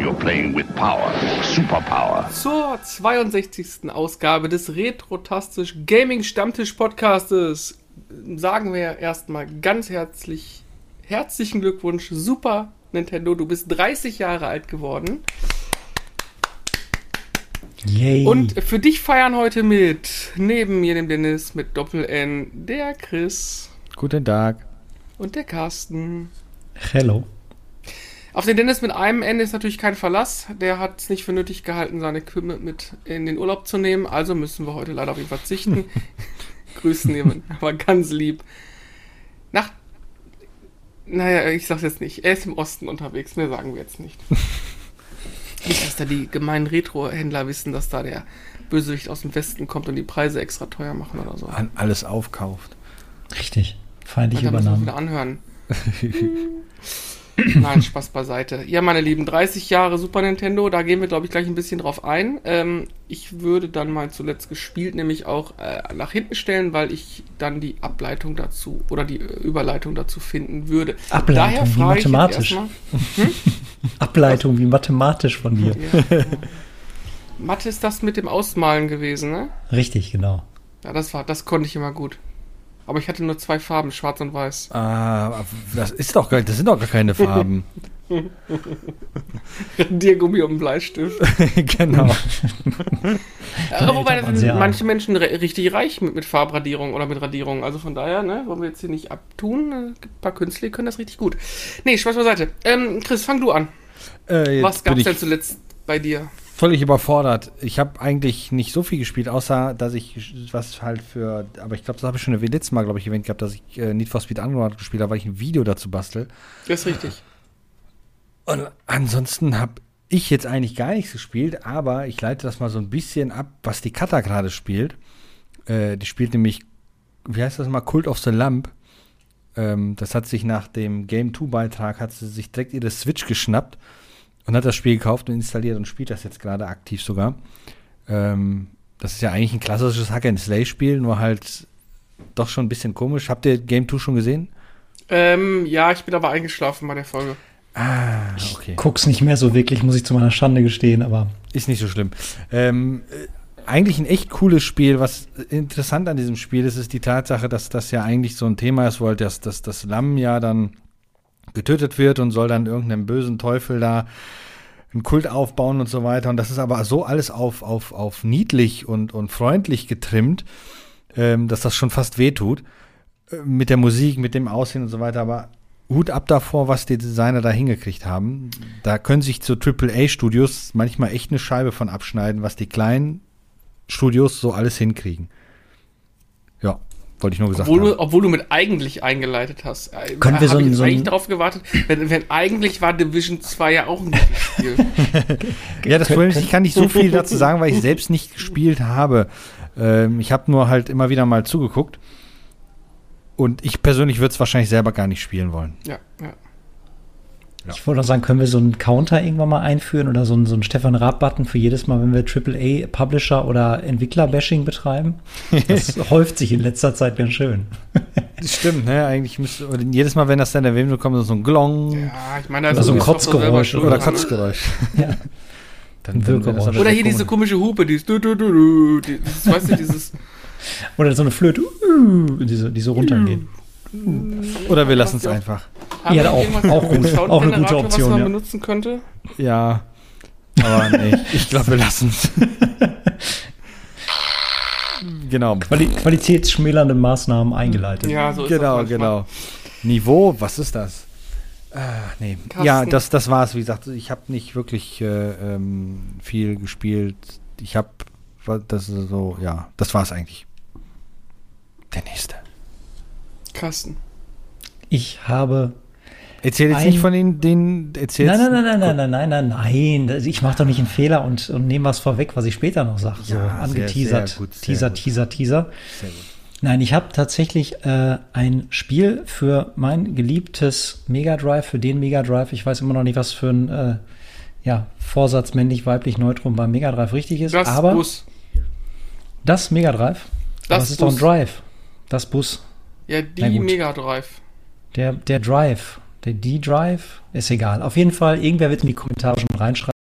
you're playing with power. Superpower. Zur 62. Ausgabe des Retrotastisch Gaming Stammtisch Podcastes sagen wir erstmal ganz herzlichen Glückwunsch, Super Nintendo, du bist 30 Jahre alt geworden. Yay. Und für dich feiern heute neben mir dem Dennis, mit Doppel-N, der Chris. Guten Tag. Und der Carsten. Hello. Auf den Dennis mit einem N ist natürlich kein Verlass. Der hat es nicht für nötig gehalten, seine Equipment mit in den Urlaub zu nehmen. Also müssen wir heute leider auf ihn verzichten. Grüßen jemanden, aber ganz lieb. Naja, ich sag's jetzt nicht. Er ist im Osten unterwegs, mehr sagen wir jetzt nicht. Nicht, dass da die gemeinen Retro-Händler wissen, dass da der Bösewicht aus dem Westen kommt und die Preise extra teuer machen oder so. Alles aufkauft. Richtig. Feindlich Dann müssen wir übernommen. wieder anhören. Nein, Spaß beiseite. Ja, meine Lieben, 30 Jahre Super Nintendo, da gehen wir, glaube ich, gleich ein bisschen drauf ein. Ich würde dann mal zuletzt gespielt, nämlich auch nach hinten stellen, weil ich dann die Ableitung dazu oder die Überleitung dazu finden würde. Ableitung, wie mathematisch. Ableitung, wie mathematisch von dir. Ja. Mathe ist das mit dem Ausmalen gewesen, ne? Richtig, genau. Ja, das konnte ich immer gut. Aber ich hatte nur 2 Farben, schwarz und weiß. Ah, das sind doch gar keine Farben. Radiergummi und Bleistift. Genau. Wobei, da sind manche Menschen richtig reich mit Farbradierung oder mit Radierung. Also von daher, ne, wollen wir jetzt hier nicht abtun. Ein paar Künstler können das richtig gut. Nee, Spaß beiseite. Chris, fang du an. Was gab's denn zuletzt bei dir? Völlig überfordert. Ich habe eigentlich nicht so viel gespielt, außer dass ich aber ich glaube, das habe ich schon letztes Mal, glaube ich, erwähnt gehabt, dass ich Need for Speed Underground gespielt habe, weil ich ein Video dazu bastel. Das ist richtig. Und ansonsten habe ich jetzt eigentlich gar nichts gespielt, aber ich leite das mal so ein bisschen ab, was die Kata gerade spielt. Die spielt nämlich, wie heißt das mal, Cult of the Lamp. Das hat sich nach dem Game 2 Beitrag, hat sie sich direkt ihre Switch geschnappt und hat das Spiel gekauft und installiert und spielt das jetzt gerade aktiv sogar. Das ist ja eigentlich ein klassisches Hack-and-Slay-Spiel, nur halt doch schon ein bisschen komisch. Habt ihr Game 2 schon gesehen? Ja, ich bin aber eingeschlafen bei der Folge. Ah, okay. Ich guck's nicht mehr so wirklich, muss ich zu meiner Schande gestehen, aber ist nicht so schlimm. Eigentlich ein echt cooles Spiel. Was interessant an diesem Spiel ist die Tatsache, dass das ja eigentlich so ein Thema ist, wo halt das Lamm ja dann getötet wird und soll dann irgendeinem bösen Teufel da einen Kult aufbauen und so weiter. Und das ist aber so alles auf niedlich und freundlich getrimmt, dass das schon fast wehtut. Mit der Musik, mit dem Aussehen und so weiter. Aber Hut ab davor, was die Designer da hingekriegt haben. Da können sich so AAA-Studios manchmal echt eine Scheibe von abschneiden, was die kleinen Studios so alles hinkriegen. Ja, wollte ich nur gesagt haben. Obwohl du mit eigentlich eingeleitet hast. Können wir ich eigentlich darauf gewartet, wenn eigentlich war Division 2 ja auch ein gutes Spiel. Ja, das Problem ist, ich kann nicht so viel dazu sagen, weil ich selbst nicht gespielt habe. Ich habe nur halt immer wieder mal zugeguckt. Und ich persönlich würde es wahrscheinlich selber gar nicht spielen wollen. Ja. Ich wollte auch sagen, können wir so einen Counter irgendwann mal einführen oder so einen Stefan Raab-Button für jedes Mal, wenn wir AAA-Publisher oder Entwickler-Bashing betreiben? Das häuft sich in letzter Zeit ganz schön. Das stimmt, ne? Eigentlich müsste jedes Mal, wenn das dann erwähnt wird, kommt so ein Glong. Ja, ich meine, oder so ein Kotzgeräusch. Oder Kotzgeräusch. Ja. Dann oder hier diese komische Hupe, dieses weißt du, dieses. Oder so eine Flöte, die so runtergehen. Oder wir lassen es einfach. Ja, auch gut. Auch eine gute Option, was man ja. benutzen könnte? Ja, aber nee, ich glaube, wir lassen es. Genau. Qualitätsschmälernde Maßnahmen eingeleitet. Ja, so ist das Genau. Niveau, was ist das? Nee. Carsten. Ja, das war's. Wie gesagt, ich habe nicht wirklich viel gespielt. Das war's eigentlich. Der nächste. Carsten. Ich habe. Erzähl jetzt nicht von den. Nein. Ich mache doch nicht einen Fehler und nehme was vorweg, was ich später noch sage. So angeteasert. Sehr gut. Teaser. Sehr gut. Nein, ich habe tatsächlich ein Spiel für mein geliebtes Mega Drive, für den Mega Drive. Ich weiß immer noch nicht, was für ein Vorsatz männlich, weiblich, Neutrum beim Mega Drive richtig ist. Das Mega Drive. Das ist doch ein Drive. Das Bus. Ja, die Mega Drive. Der Drive. Der D-Drive. Ist egal. Auf jeden Fall, irgendwer wird in die Kommentare schon reinschreiben.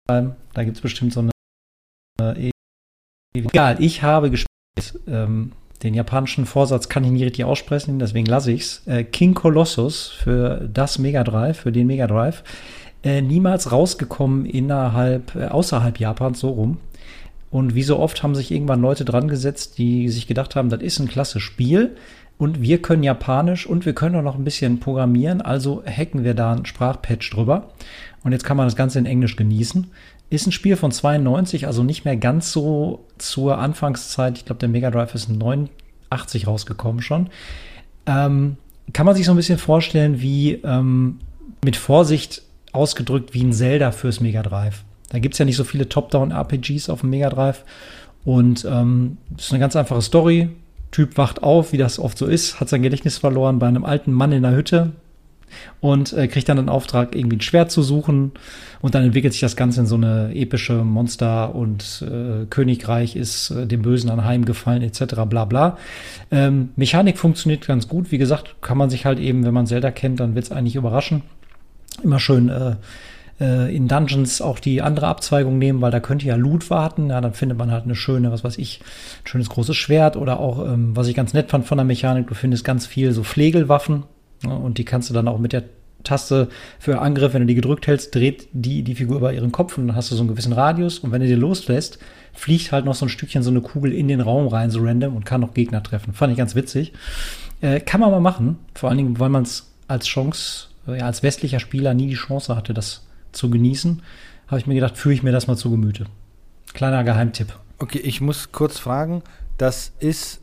Da gibt es bestimmt so eine. Egal, ich habe gespielt. Den japanischen Vorsatz kann ich nicht richtig aussprechen, deswegen lasse ich es. King Colossus für das Mega Drive, für den Mega Drive. Niemals rausgekommen außerhalb Japans, so rum. Und wie so oft haben sich irgendwann Leute dran gesetzt, die sich gedacht haben, das ist ein klasse Spiel und wir können Japanisch und wir können auch noch ein bisschen programmieren, also hacken wir da einen Sprachpatch drüber. Und jetzt kann man das Ganze in Englisch genießen. Ist ein Spiel von 92, also nicht mehr ganz so zur Anfangszeit. Ich glaube, der Mega Drive ist 89 rausgekommen schon. Kann man sich so ein bisschen vorstellen, wie mit Vorsicht ausgedrückt wie ein Zelda fürs Mega Drive. Da gibt es ja nicht so viele Top-Down-RPGs auf dem Mega Drive. Und ist eine ganz einfache Story. Typ wacht auf, wie das oft so ist, hat sein Gedächtnis verloren bei einem alten Mann in der Hütte und kriegt dann den Auftrag, irgendwie ein Schwert zu suchen. Und dann entwickelt sich das Ganze in so eine epische Monster- und Königreich ist dem Bösen anheimgefallen, etc. bla bla. Mechanik funktioniert ganz gut. Wie gesagt, kann man sich halt eben, wenn man Zelda kennt, dann wird es eigentlich überraschen. Immer schön in Dungeons auch die andere Abzweigung nehmen, weil da könnte ja Loot warten. Ja, dann findet man halt eine schöne, was weiß ich, schönes großes Schwert oder auch, was ich ganz nett fand von der Mechanik, du findest ganz viel so Flegelwaffen, ja, und die kannst du dann auch mit der Taste für Angriff, wenn du die gedrückt hältst, dreht die Figur über ihren Kopf und dann hast du so einen gewissen Radius und wenn du die loslässt, fliegt halt noch so ein Stückchen so eine Kugel in den Raum rein, so random und kann noch Gegner treffen. Fand ich ganz witzig. Kann man mal machen, vor allen Dingen, weil man es als Chance, als westlicher Spieler nie die Chance hatte, das zu genießen, habe ich mir gedacht, führe ich mir das mal zu Gemüte. Kleiner Geheimtipp. Okay, ich muss kurz fragen, das ist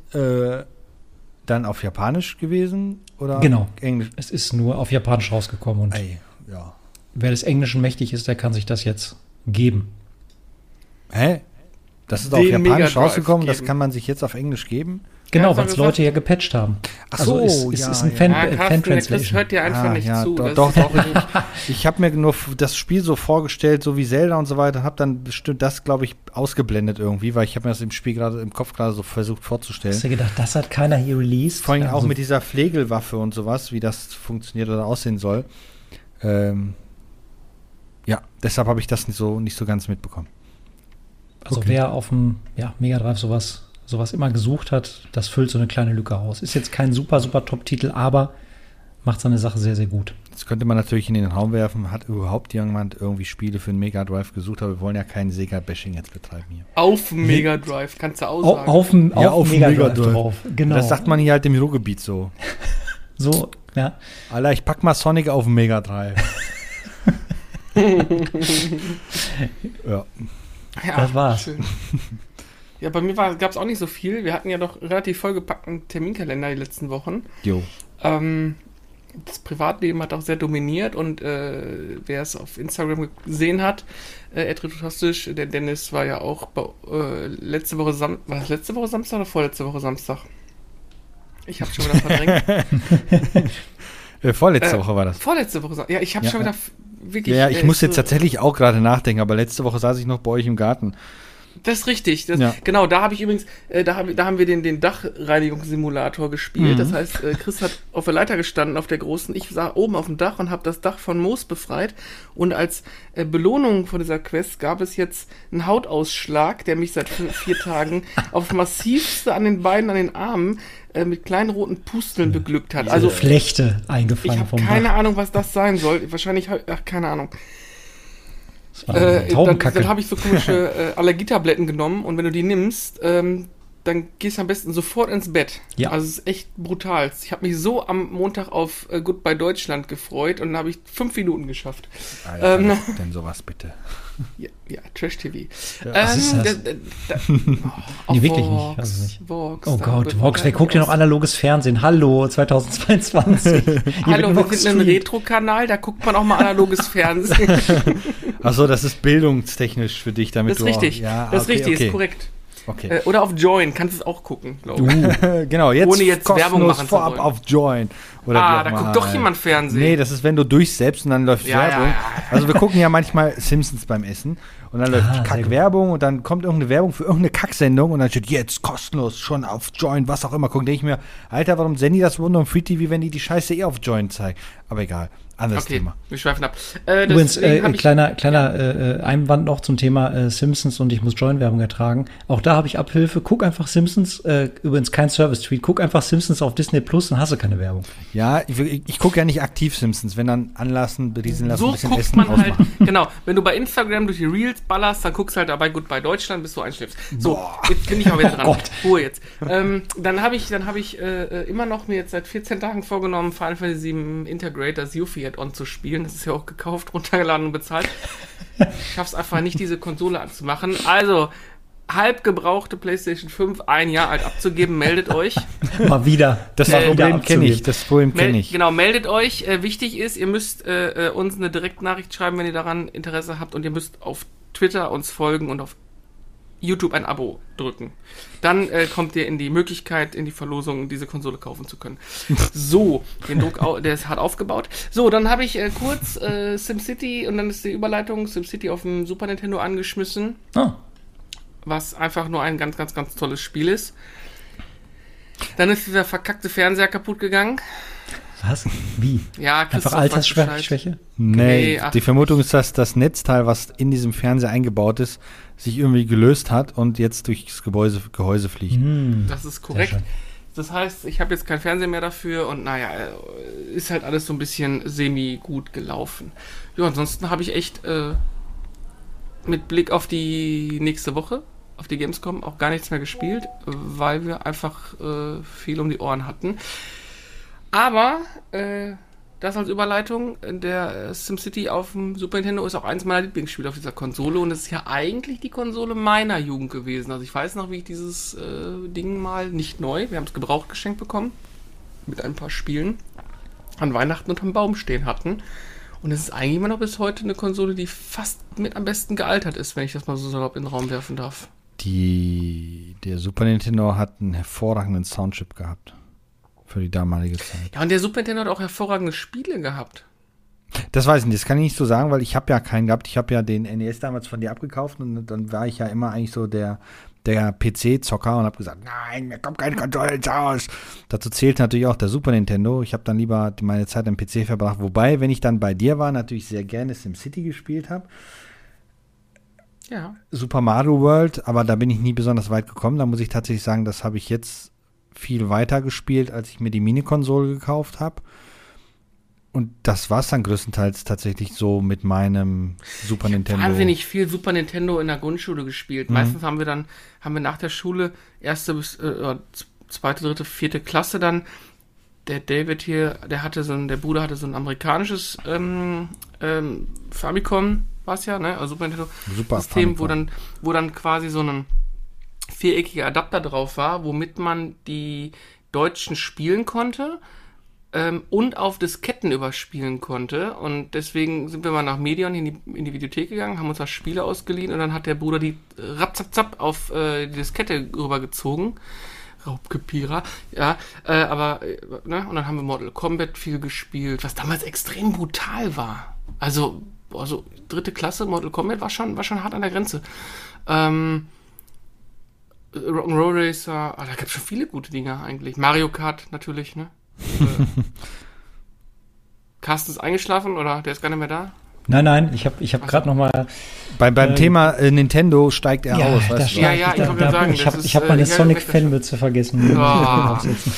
dann auf Japanisch gewesen oder genau. Englisch? Es ist nur auf Japanisch rausgekommen und ja. Wer des Englischen mächtig ist, der kann sich das jetzt geben. Hä? Das ist auf Japanisch rausgekommen, das kann man sich jetzt auf Englisch geben? Genau, weil es Leute ja gepatcht haben. Ach so, also es ist ein Fan-Translation. Das hört dir einfach nicht zu. Doch. Ich habe mir nur das Spiel so vorgestellt, so wie Zelda und so weiter, habe dann bestimmt das, glaube ich, ausgeblendet irgendwie, weil ich habe mir das im Spiel gerade im Kopf gerade so versucht vorzustellen. Hast du gedacht, das hat keiner hier released? Vor allem auch mit dieser Flegelwaffe und sowas, wie das funktioniert oder aussehen soll. Ja, deshalb habe ich das nicht so ganz mitbekommen. Also wer auf dem Mega Drive sowas immer gesucht hat, das füllt so eine kleine Lücke aus. Ist jetzt kein super Top-Titel, aber macht seine Sache sehr, sehr gut. Jetzt könnte man natürlich in den Raum werfen, hat überhaupt jemand irgendwie Spiele für den Mega Drive gesucht, aber wir wollen ja keinen Sega-Bashing jetzt betreiben hier. Auf dem Mega Drive, kannst du auch sagen. Auf dem Mega Drive drauf, genau. Das sagt man hier halt im Ruhrgebiet so. So, ja. Alter, ich pack mal Sonic auf dem Mega Drive. Ja, das war's. Schön. Ja, bei mir gab es auch nicht so viel. Wir hatten ja doch relativ vollgepackten Terminkalender die letzten Wochen. Jo. Das Privatleben hat auch sehr dominiert und wer es auf Instagram gesehen hat, Retrotastisch, der Dennis war ja auch letzte Woche Samstag oder vorletzte Woche Samstag? Ich hab's schon wieder verdrängt. Vorletzte Woche war das. Vorletzte Woche, ja, ich habe schon wieder wirklich... Ja, ich muss jetzt tatsächlich auch gerade nachdenken, aber letzte Woche saß ich noch bei euch im Garten. Das ist richtig. Genau, da habe ich übrigens, da haben wir den Dachreinigungssimulator gespielt. Das heißt, Chris hat auf der Leiter gestanden, auf der großen. Ich sah oben auf dem Dach und habe das Dach von Moos befreit. Und als Belohnung von dieser Quest gab es jetzt einen Hautausschlag, der mich seit 4 Tagen auf massivste an den Beinen, an den Armen mit kleinen roten Pusteln beglückt hat. Also Flechte eingefangen vom Dach. Ich habe keine Ahnung, was das sein soll. Wahrscheinlich, keine Ahnung. Dann habe ich so komische Allergietabletten genommen und wenn du die nimmst, dann gehst du am besten sofort ins Bett. Ja. Also es ist echt brutal. Ich habe mich so am Montag auf Goodbye Deutschland gefreut und dann habe ich 5 Minuten geschafft. Denn sowas bitte. Ja, Trash-TV. Was ist das? Nee, wirklich nicht. Also nicht. Vox, oh Gott, Vox, wer guckt denn noch analoges Fernsehen? Hallo, 2022. Hallo, wir sind ein Retro-Kanal, da guckt man auch mal analoges Fernsehen. Achso, das ist bildungstechnisch für dich, damit du Das ist richtig, ist korrekt. Okay. Oder auf Join, kannst du es auch gucken, glaube ich. Genau, jetzt ohne jetzt Werbung machen vorab zu wollen. Auf Join. Oder da guckt doch jemand Fernsehen. Nee, das ist, wenn du durchsäppst und dann läuft Werbung. Ja. Also wir gucken ja manchmal Simpsons beim Essen und dann läuft Kack-Werbung und dann kommt irgendeine Werbung für irgendeine Kacksendung und dann steht jetzt kostenlos schon auf Join, was auch immer. Denke ich mir, Alter, warum senden die das nur im Free TV, wenn die Scheiße auf Join zeigen? Aber egal. anderes Thema. Wir schweifen ab. Übrigens, kleiner Einwand noch zum Thema Simpsons und ich muss Join-Werbung ertragen. Auch da habe ich Abhilfe. Guck einfach Simpsons, übrigens kein Service-Tweet, guck einfach Simpsons auf Disney Plus, dann hast du keine Werbung. Ja, ich gucke ja nicht aktiv Simpsons, wenn dann anlassen, berieseln lassen, so ein bisschen guckt essen, man halt, ausmachen. genau, wenn du bei Instagram durch die Reels ballerst, dann guckst du halt dabei Goodbye Deutschland, bis du einschläfst. So, jetzt bin ich auch wieder dran. Gott. Ruhe jetzt. Dann habe ich immer noch mir jetzt seit 14 Tagen vorgenommen, Final Fantasy VII Integrators Yuffie Add-on zu spielen. Das ist ja auch gekauft, runtergeladen und bezahlt. Ich schaff's einfach nicht, diese Konsole anzumachen. Also, halb gebrauchte PlayStation 5, 1 Jahr alt abzugeben, meldet euch. Mal wieder. Das Problem kenne ich. Das Problem kenne ich. Genau, meldet euch. Wichtig ist, ihr müsst uns eine Direktnachricht schreiben, wenn ihr daran Interesse habt, und ihr müsst auf Twitter uns folgen und auf YouTube ein Abo drücken. Dann kommt ihr in die Möglichkeit, in die Verlosung diese Konsole kaufen zu können. So, den Druck, der ist hart aufgebaut. So, dann habe ich kurz SimCity, und dann ist die Überleitung SimCity auf dem Super Nintendo angeschmissen. Oh. Was einfach nur ein ganz, ganz, ganz tolles Spiel ist. Dann ist dieser verkackte Fernseher kaputt gegangen. Was? Wie? Ja, einfach Altersschwäche? Nee, die Vermutung ist, dass das Netzteil, was in diesem Fernseher eingebaut ist, sich irgendwie gelöst hat und jetzt durchs Gehäuse fliegt. Das ist korrekt. Das heißt, ich habe jetzt keinen Fernseher mehr dafür und naja, ist halt alles so ein bisschen semi-gut gelaufen. Ja, ansonsten habe ich echt mit Blick auf die nächste Woche, auf die Gamescom, auch gar nichts mehr gespielt, weil wir einfach viel um die Ohren hatten. Aber das als Überleitung, der SimCity auf dem Super Nintendo ist auch eins meiner Lieblingsspiele auf dieser Konsole, und es ist ja eigentlich die Konsole meiner Jugend gewesen. Also ich weiß noch, wie ich dieses Ding mal, nicht neu, wir haben es gebraucht geschenkt bekommen, mit ein paar Spielen, an Weihnachten unterm Baum stehen hatten. Und es ist eigentlich immer noch bis heute eine Konsole, die fast mit am besten gealtert ist, wenn ich das mal so salopp in den Raum werfen darf. Der Super Nintendo hat einen hervorragenden Soundchip gehabt. Für die damalige Zeit. Ja, und der Super Nintendo hat auch hervorragende Spiele gehabt. Das weiß ich nicht, das kann ich nicht so sagen, weil ich habe ja keinen gehabt. Ich habe ja den NES damals von dir abgekauft und dann war ich ja immer eigentlich so der PC-Zocker und habe gesagt, nein, mir kommt keine Konsole ins Haus. Dazu zählt natürlich auch der Super Nintendo. Ich habe dann lieber meine Zeit am PC verbracht. Wobei, wenn ich dann bei dir war, natürlich sehr gerne SimCity gespielt habe. Ja. Super Mario World, aber da bin ich nie besonders weit gekommen. Da muss ich tatsächlich sagen, das habe ich jetzt viel weiter gespielt, als ich mir die Minikonsole gekauft habe. Und das war es dann größtenteils tatsächlich so mit meinem Super Nintendo. Wahnsinnig viel Super Nintendo in der Grundschule gespielt. Meistens haben wir nach der Schule erste bis zweite, dritte, vierte Klasse dann. Der David hier, der Bruder hatte so ein amerikanisches Famicom, war es ja, ne? Also Super Nintendo System, wo dann quasi so ein viereckiger Adapter drauf war, womit man die Deutschen spielen konnte und auf Disketten überspielen konnte. Und deswegen sind wir mal nach Medion in die Videothek gegangen, haben uns da Spiele ausgeliehen, und dann hat der Bruder die rapzapzap auf die Diskette rübergezogen. Raubkopierer, ja, und dann haben wir Mortal Kombat viel gespielt, was damals extrem brutal war. Also dritte Klasse, Mortal Kombat war schon hart an der Grenze. Rock'n'Roll Racer, da gab es schon viele gute Dinge eigentlich. Mario Kart natürlich, ne? Carsten ist eingeschlafen, oder der ist gar nicht mehr da? Nein, ich hab gerade noch mal beim Thema Nintendo steigt er aus, weißt du? Ja, ich wollte gerade sagen, ich habe meine Sonic-Fanwitze vergessen. Oh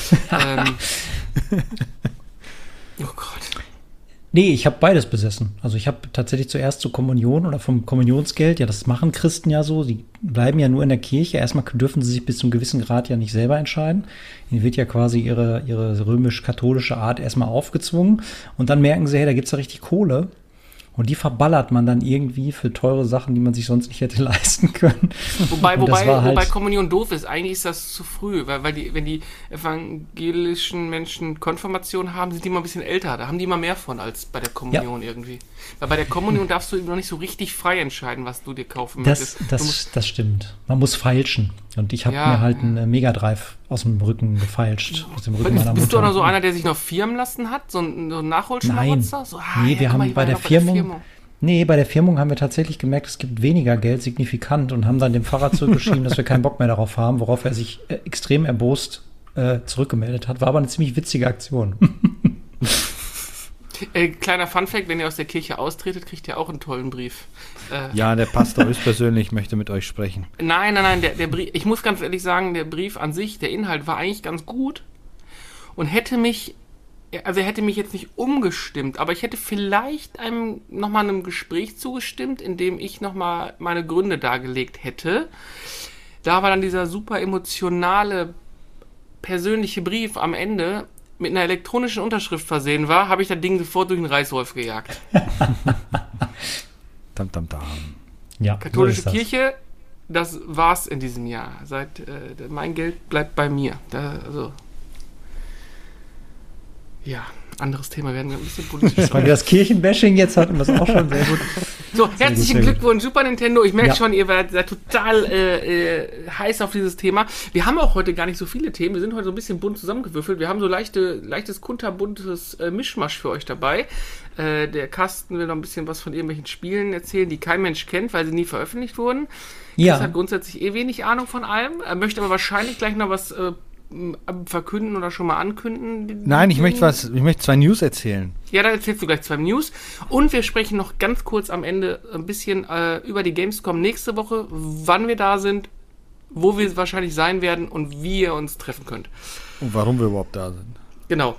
Gott. Nee, ich habe beides besessen. Also ich habe tatsächlich zuerst zur Kommunion oder vom Kommunionsgeld, ja, das machen Christen ja so, die bleiben ja nur in der Kirche. Erstmal dürfen sie sich bis zu einem gewissen Grad ja nicht selber entscheiden. Ihnen wird ja quasi ihre römisch-katholische Art erstmal aufgezwungen, und dann merken sie, hey, da gibt's ja richtig Kohle. Und die verballert man dann irgendwie für teure Sachen, die man sich sonst nicht hätte leisten können. Wobei Kommunion doof ist. Eigentlich ist das zu früh, weil wenn die evangelischen Menschen Konfirmation haben, sind die immer ein bisschen älter. Da haben die immer mehr von als bei der Kommunion irgendwie. Weil bei der Kommunion darfst du noch nicht so richtig frei entscheiden, was du dir kaufen möchtest. Das stimmt. Man muss feilschen. Und ich habe mir halt einen Mega Drive aus dem Rücken gefeilscht. Aus dem Rücken meiner Mutter. Bist du auch noch so einer, der sich noch firmen lassen hat? So ein Nachholschmarotzer? Nein, wir haben bei der Firmung... Nee, bei der Firmung haben wir tatsächlich gemerkt, es gibt weniger Geld, signifikant, und haben dann dem Pfarrer zurückgeschrieben, dass wir keinen Bock mehr darauf haben, worauf er sich extrem erbost zurückgemeldet hat. War aber eine ziemlich witzige Aktion. Kleiner Funfact, wenn ihr aus der Kirche austretet, kriegt ihr auch einen tollen Brief. Ja, der Pastor höchstpersönlich möchte mit euch sprechen. Nein, der Brief, ich muss ganz ehrlich sagen, der Brief an sich, der Inhalt war eigentlich ganz gut und er hätte mich jetzt nicht umgestimmt, aber ich hätte vielleicht nochmal einem Gespräch zugestimmt, in dem ich nochmal meine Gründe dargelegt hätte. Da war dann dieser super emotionale, persönliche Brief am Ende mit einer elektronischen Unterschrift versehen war, habe ich das Ding sofort durch den Reißwolf gejagt. Dam. Ja, Katholische so ist das. Kirche, das war's in diesem Jahr. Mein Geld bleibt bei mir. Anderes Thema, werden wir ein bisschen politisch. Weil wir das Kirchenbashing jetzt hatten, das auch schon sehr gut. So, herzlichen Glückwunsch, Super Nintendo. Ich merke Ja. schon, ihr seid total heiß auf dieses Thema. Wir haben auch heute gar nicht so viele Themen. Wir sind heute so ein bisschen bunt zusammengewürfelt. Wir haben so leichtes, kunterbuntes Mischmasch für euch dabei. Der Carsten will noch ein bisschen was von irgendwelchen Spielen erzählen, die kein Mensch kennt, weil sie nie veröffentlicht wurden. Ja. Chris hat grundsätzlich wenig Ahnung von allem. Er möchte aber wahrscheinlich gleich noch was verkünden oder schon mal ankündigen. Nein, ich möchte 2 News erzählen. Ja, da erzählst du gleich 2 News. Und wir sprechen noch ganz kurz am Ende ein bisschen über die Gamescom nächste Woche, wann wir da sind, wo wir wahrscheinlich sein werden und wie ihr uns treffen könnt. Und warum wir überhaupt da sind. Genau.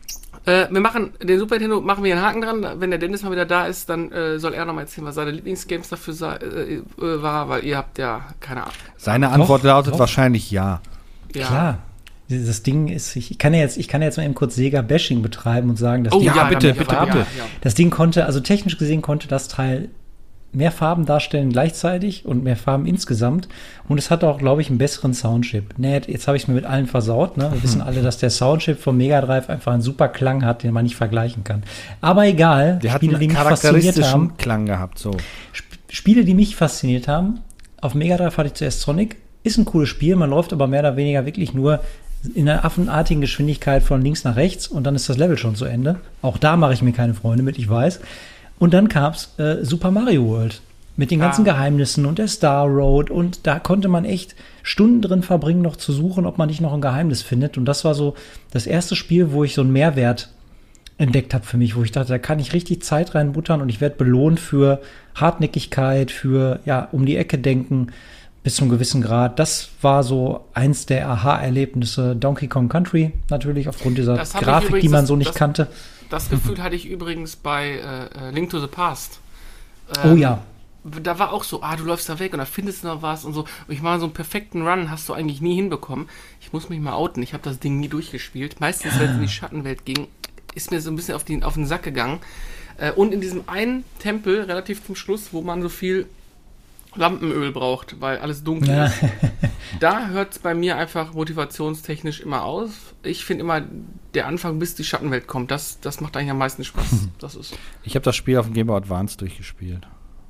Wir machen den Super Nintendo, machen wir einen Haken dran. Wenn der Dennis mal wieder da ist, dann soll er nochmal erzählen, was seine Lieblingsgames dafür war, weil ihr habt ja keine Ahnung. Seine Antwort lautet doch. wahrscheinlich ja. Ja. Klar. Das Ding ist, ich kann ja jetzt mal eben kurz Sega-Bashing betreiben und sagen, dass Oh, Ding, ja, bitte. das Ding konnte, also technisch gesehen konnte das Teil mehr Farben darstellen gleichzeitig und mehr Farben insgesamt. Und es hat auch, glaube ich, einen besseren Soundchip. Nee, jetzt habe ich es mir mit allen versaut. Ne? Wir wissen alle, dass der Soundchip vom Mega Drive einfach einen super Klang hat, den man nicht vergleichen kann. Aber egal, Der hat Spiele, die einen mich fasziniert haben. charakteristischen Klang gehabt, so. Spiele, die mich fasziniert haben. Auf Mega Drive hatte ich zuerst Sonic. Ist ein cooles Spiel, man läuft aber mehr oder weniger wirklich nur in einer affenartigen Geschwindigkeit von links nach rechts und dann ist das Level schon zu Ende. Auch da mache ich mir keine Freunde mit, ich weiß. Und dann gab's Super Mario World mit den ganzen Geheimnissen und der Star Road und da konnte man echt Stunden drin verbringen, noch zu suchen, ob man nicht noch ein Geheimnis findet. Und das war so das erste Spiel, wo ich so einen Mehrwert entdeckt habe für mich, wo ich dachte, da kann ich richtig Zeit reinbuttern und ich werde belohnt für Hartnäckigkeit, für um die Ecke denken, bis zu einem gewissen Grad. Das war so eins der Aha-Erlebnisse. Donkey Kong Country natürlich aufgrund dieser Das hab ich Grafik, übrigens- die man so das- nicht kannte. Das Gefühl hatte ich übrigens bei Link to the Past. Oh ja. Da war auch so, du läufst da weg und da findest du noch was und so. Und ich mache so einen perfekten Run, hast du eigentlich nie hinbekommen. Ich muss mich mal outen, ich habe das Ding nie durchgespielt. Meistens, wenn es in die Schattenwelt ging, ist mir so ein bisschen auf den Sack gegangen. Und in diesem einen Tempel, relativ zum Schluss, wo man so viel Lampenöl braucht, weil alles dunkel ist. Da hört es bei mir einfach motivationstechnisch immer aus. Ich finde immer, der Anfang, bis die Schattenwelt kommt, das macht eigentlich am meisten Spaß. Das ist Ich habe das Spiel auf dem Game Boy Advance durchgespielt.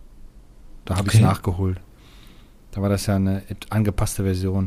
Da habe ich es nachgeholt. Da war das ja eine angepasste Version.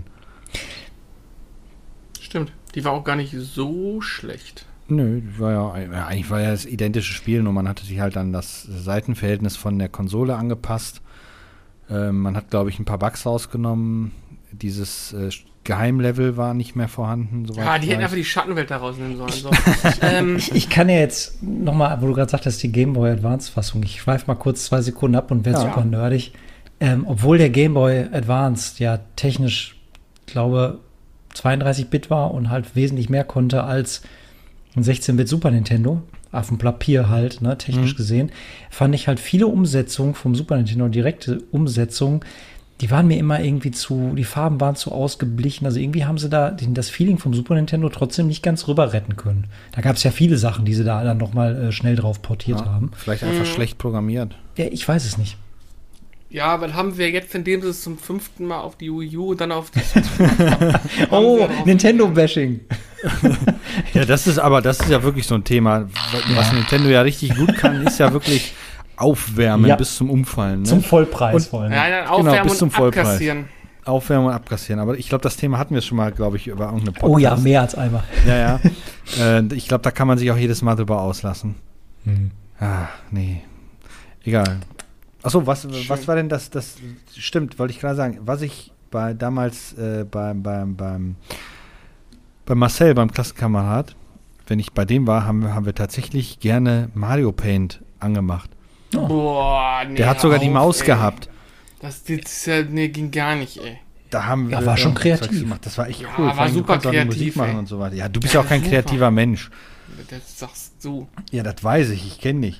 stimmt. Die war auch gar nicht so schlecht. Nö, eigentlich war ja das identische Spiel, nur man hatte sich halt an das Seitenverhältnis von der Konsole angepasst. Man hat, glaube ich, ein paar Bugs rausgenommen. Dieses Geheimlevel war nicht mehr vorhanden. Die hätten einfach die Schattenwelt da rausnehmen sollen. So. Ich kann ja jetzt nochmal, wo du gerade sagtest, die Game Boy Advance-Fassung, ich schweife mal kurz 2 Sekunden ab und werde super nerdig. Obwohl der Game Boy Advance ja technisch, glaube 32-Bit war und halt wesentlich mehr konnte als ein 16-Bit Super Nintendo, auf dem Papier halt, ne, technisch gesehen, fand ich halt viele Umsetzungen vom Super Nintendo, direkte Umsetzungen, die waren mir immer irgendwie die Farben waren zu ausgeblichen, also irgendwie haben sie da das Feeling vom Super Nintendo trotzdem nicht ganz rüber retten können. Da gab es ja viele Sachen, die sie da dann nochmal schnell drauf portiert haben. Vielleicht einfach schlecht programmiert. Ja, ich weiß es nicht. Ja, was haben wir jetzt, indem sie es zum 5. Mal auf die Wii U und dann auf die Oh, Nintendo-Bashing. Ja, das ist ja wirklich so ein Thema. Was Nintendo ja richtig gut kann, ist ja wirklich aufwärmen bis zum Umfallen. Ne? Zum Vollpreis vor allem. Nein, aufwärmen bis zum und Vollpreis. abkassieren. Aufwärmen und abkassieren. Aber ich glaube, das Thema hatten wir schon mal, glaube ich, über irgendeine Podcast. Oh ja, mehr als einmal. Ja. Ich glaube, da kann man sich auch jedes Mal drüber auslassen. Nee. Egal. Achso, was war denn das? Das stimmt, wollte ich gerade sagen. Was ich damals beim Marcel, beim Klassenkamerad, wenn ich bei dem war, haben wir tatsächlich gerne Mario Paint angemacht. Boah, nee. Der hat sogar die Maus ey. gehabt. Das ist ja, nee, ging gar nicht, ey. Da haben wir war schon irgendwas kreativ. gemacht. Das war echt Ja, cool. war Vor allem, super du konntest auch die kreativ, Musik machen ey. und so weiter. Ja, du bist ja auch kein super. kreativer Mensch. Das sagst du. Ja, das weiß ich kenne dich.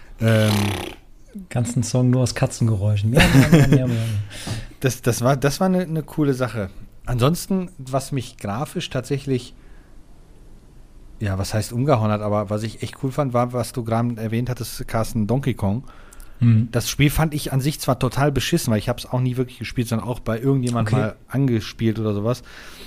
Ganzen Song nur aus Katzengeräuschen. Ja. Das war eine coole Sache. Ansonsten, was mich grafisch tatsächlich, ja, was heißt umgehauen hat, aber was ich echt cool fand, war, was du gerade erwähnt hattest, Carsten, Donkey Kong. Das Spiel fand ich an sich zwar total beschissen, weil ich habe es auch nie wirklich gespielt, sondern auch bei irgendjemandem mal angespielt oder sowas.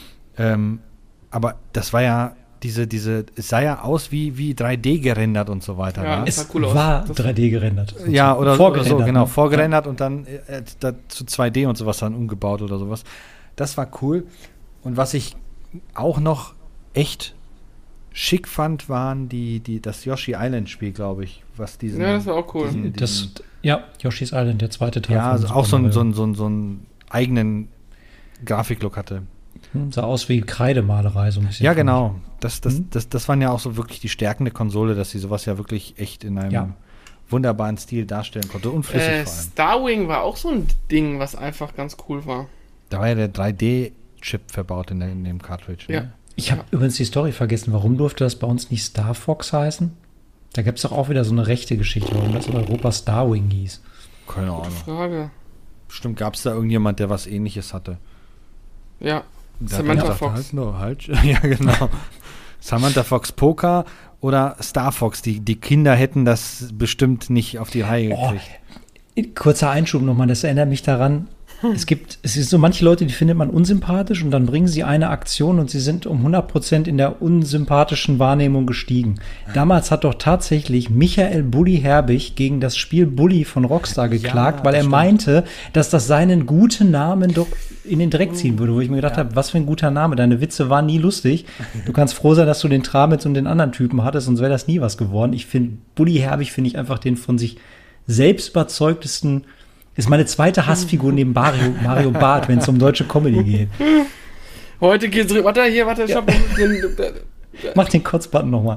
Aber das war ja es sah ja aus wie 3D gerendert und so weiter. Ja, ne? es Es cool aus. war 3D gerendert. Ja, oder vorgerendert, so, genau, ne? vorgerendert und dann zu 2D und sowas dann umgebaut oder sowas. Das war cool. Und was ich auch noch echt schick fand, waren das Yoshi Island Spiel, glaube ich, was diesen. Ja, das war auch cool. Yoshi's Island, der zweite Teil. Ja, von also auch so Super einen eigenen Grafiklook hatte. Mario. Sah aus wie Kreidemalerei, so ein bisschen. Ja, genau. Das waren ja auch so wirklich die Stärken der Konsole, dass sie sowas ja wirklich echt in einem wunderbaren Stil darstellen konnte und flüssig vor allem. Starwing war auch so ein Ding, was einfach ganz cool war. Da war ja der 3D-Chip verbaut in dem Cartridge. Ne? Ja. Ich habe übrigens die Story vergessen. Warum durfte das bei uns nicht Star Fox heißen? Da gibt es doch auch wieder so eine rechte Geschichte, warum das in Europa Starwing hieß. Keine Ahnung. Frage. Bestimmt gab es da irgendjemand, der was Ähnliches hatte. Ja. Da Samantha hat er Fox. gesagt, halt. Ja, genau. Samantha Fox Poker oder Star Fox. Die Kinder hätten das bestimmt nicht auf die Reihe gekriegt. Kurzer Einschub nochmal, das erinnert mich daran. Es ist so manche Leute, die findet man unsympathisch und dann bringen sie eine Aktion und sie sind um 100% in der unsympathischen Wahrnehmung gestiegen. Damals hat doch tatsächlich Michael Bulli Herbig gegen das Spiel Bully von Rockstar geklagt, weil er meinte, dass das seinen guten Namen doch in den Dreck ziehen würde, wo ich mir gedacht habe, was für ein guter Name, deine Witze waren nie lustig. Du kannst froh sein, dass du den Tramitz und den anderen Typen hattest, sonst wäre das nie was geworden. Ich finde, Bulli Herbig finde ich einfach den von sich selbst überzeugtesten. Ist meine zweite Hassfigur neben Mario Barth, wenn es um deutsche Comedy geht. Heute geht's rüber. Warte, stopp. Mach den Kotzbutton nochmal.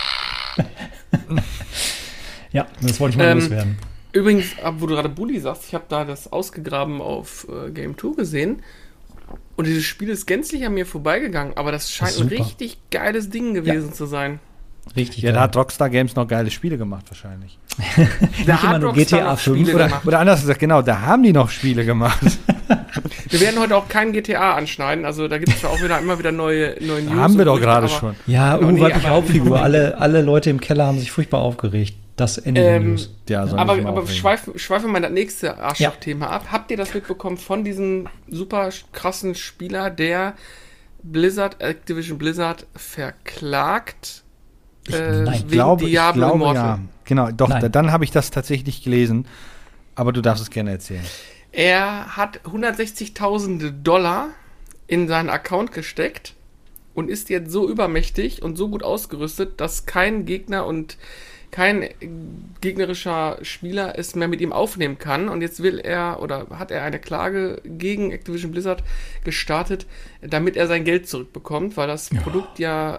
Ja, das wollte ich mal loswerden. Übrigens, wo du gerade Bully sagst, ich habe da das ausgegraben auf Game 2 gesehen. Und dieses Spiel ist gänzlich an mir vorbeigegangen. Aber das scheint ein richtig geiles Ding gewesen zu sein. Richtig. Ja, da hat Rockstar Games noch geile Spiele gemacht wahrscheinlich. Da Nicht immer nur GTA 5 Oder anders gesagt, genau, da haben die noch Spiele gemacht. Wir werden heute auch kein GTA anschneiden, also da gibt es ja auch immer wieder neue News. Haben wir doch gerade aber- schon. Ja, Nee, weibliche aber- Hauptfigur. Alle Leute im Keller haben sich furchtbar aufgeregt. Das Ende der News. Ja, soll Aber, mich mal aber aufregen. schweifen wir mal das nächste Arschloch-Thema ab. Habt ihr das mitbekommen von diesem super krassen Spieler, der Activision Blizzard verklagt Nein. wegen glaube, Diablo Immortal? ja. Genau, doch, Nein. dann habe ich das tatsächlich gelesen. Aber du darfst es gerne erzählen. Er hat $160.000 in seinen Account gesteckt und ist jetzt so übermächtig und so gut ausgerüstet, dass kein Gegner und kein gegnerischer Spieler es mehr mit ihm aufnehmen kann. Und jetzt hat er eine Klage gegen Activision Blizzard gestartet, damit er sein Geld zurückbekommt, weil das Produkt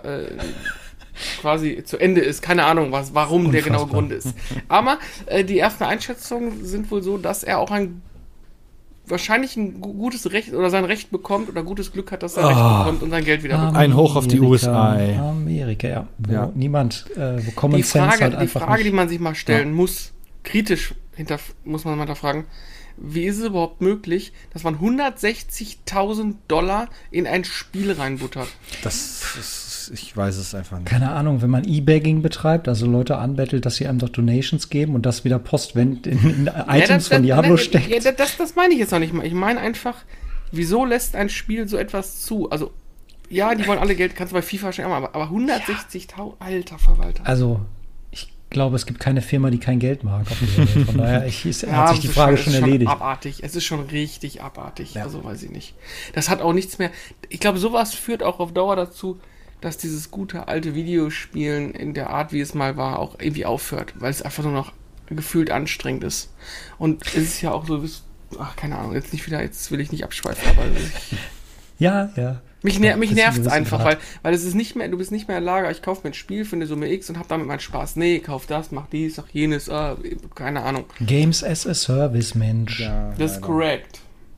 quasi zu Ende ist. Keine Ahnung, warum der genaue Grund ist. Aber die ersten Einschätzungen sind wohl so, dass er auch wahrscheinlich ein gutes Recht oder sein Recht bekommt oder gutes Glück hat, dass er Recht bekommt und sein Geld wieder bekommt. Ein Hoch auf die USA. Amerika, ja. Ja. Niemand, wo Common Die Sense halt Frage, einfach die man sich mal stellen muss, kritisch muss man mal hinterfragen, wie ist es überhaupt möglich, dass man $160.000 in ein Spiel reinbuttert? Ich weiß es einfach nicht. Keine Ahnung, wenn man E-Bagging betreibt, also Leute anbettelt, dass sie einem doch Donations geben und das wieder postwendend in Items von Diablo steckt. Ja, das meine ich jetzt noch nicht mal. Ich meine einfach, wieso lässt ein Spiel so etwas zu? Also, ja, die wollen alle Geld, kannst du bei FIFA schon immer, aber 160.000, alter Verwalter. Also, ich glaube, es gibt keine Firma, die kein Geld mag auf dieser Welt. Von daher hat sich die Frage schon erledigt. Abartig. Es ist schon richtig abartig. Ja. Also, weiß ich nicht. Das hat auch nichts mehr. Ich glaube, sowas führt auch auf Dauer dazu, dass dieses gute alte Videospielen in der Art, wie es mal war, auch irgendwie aufhört, weil es einfach nur noch gefühlt anstrengend ist. Und es ist ja auch so, keine Ahnung, jetzt will ich nicht abschweifen, aber Ja. Mich nervt's einfach, weil es ist nicht mehr, du bist nicht mehr in der Lage, ich kaufe mir ein Spiel für eine Summe X und hab damit meinen Spaß. Nee, kauf das, mach dies, mach jenes, keine Ahnung. Games as a Service, Mensch. Ja, Das ist korrekt.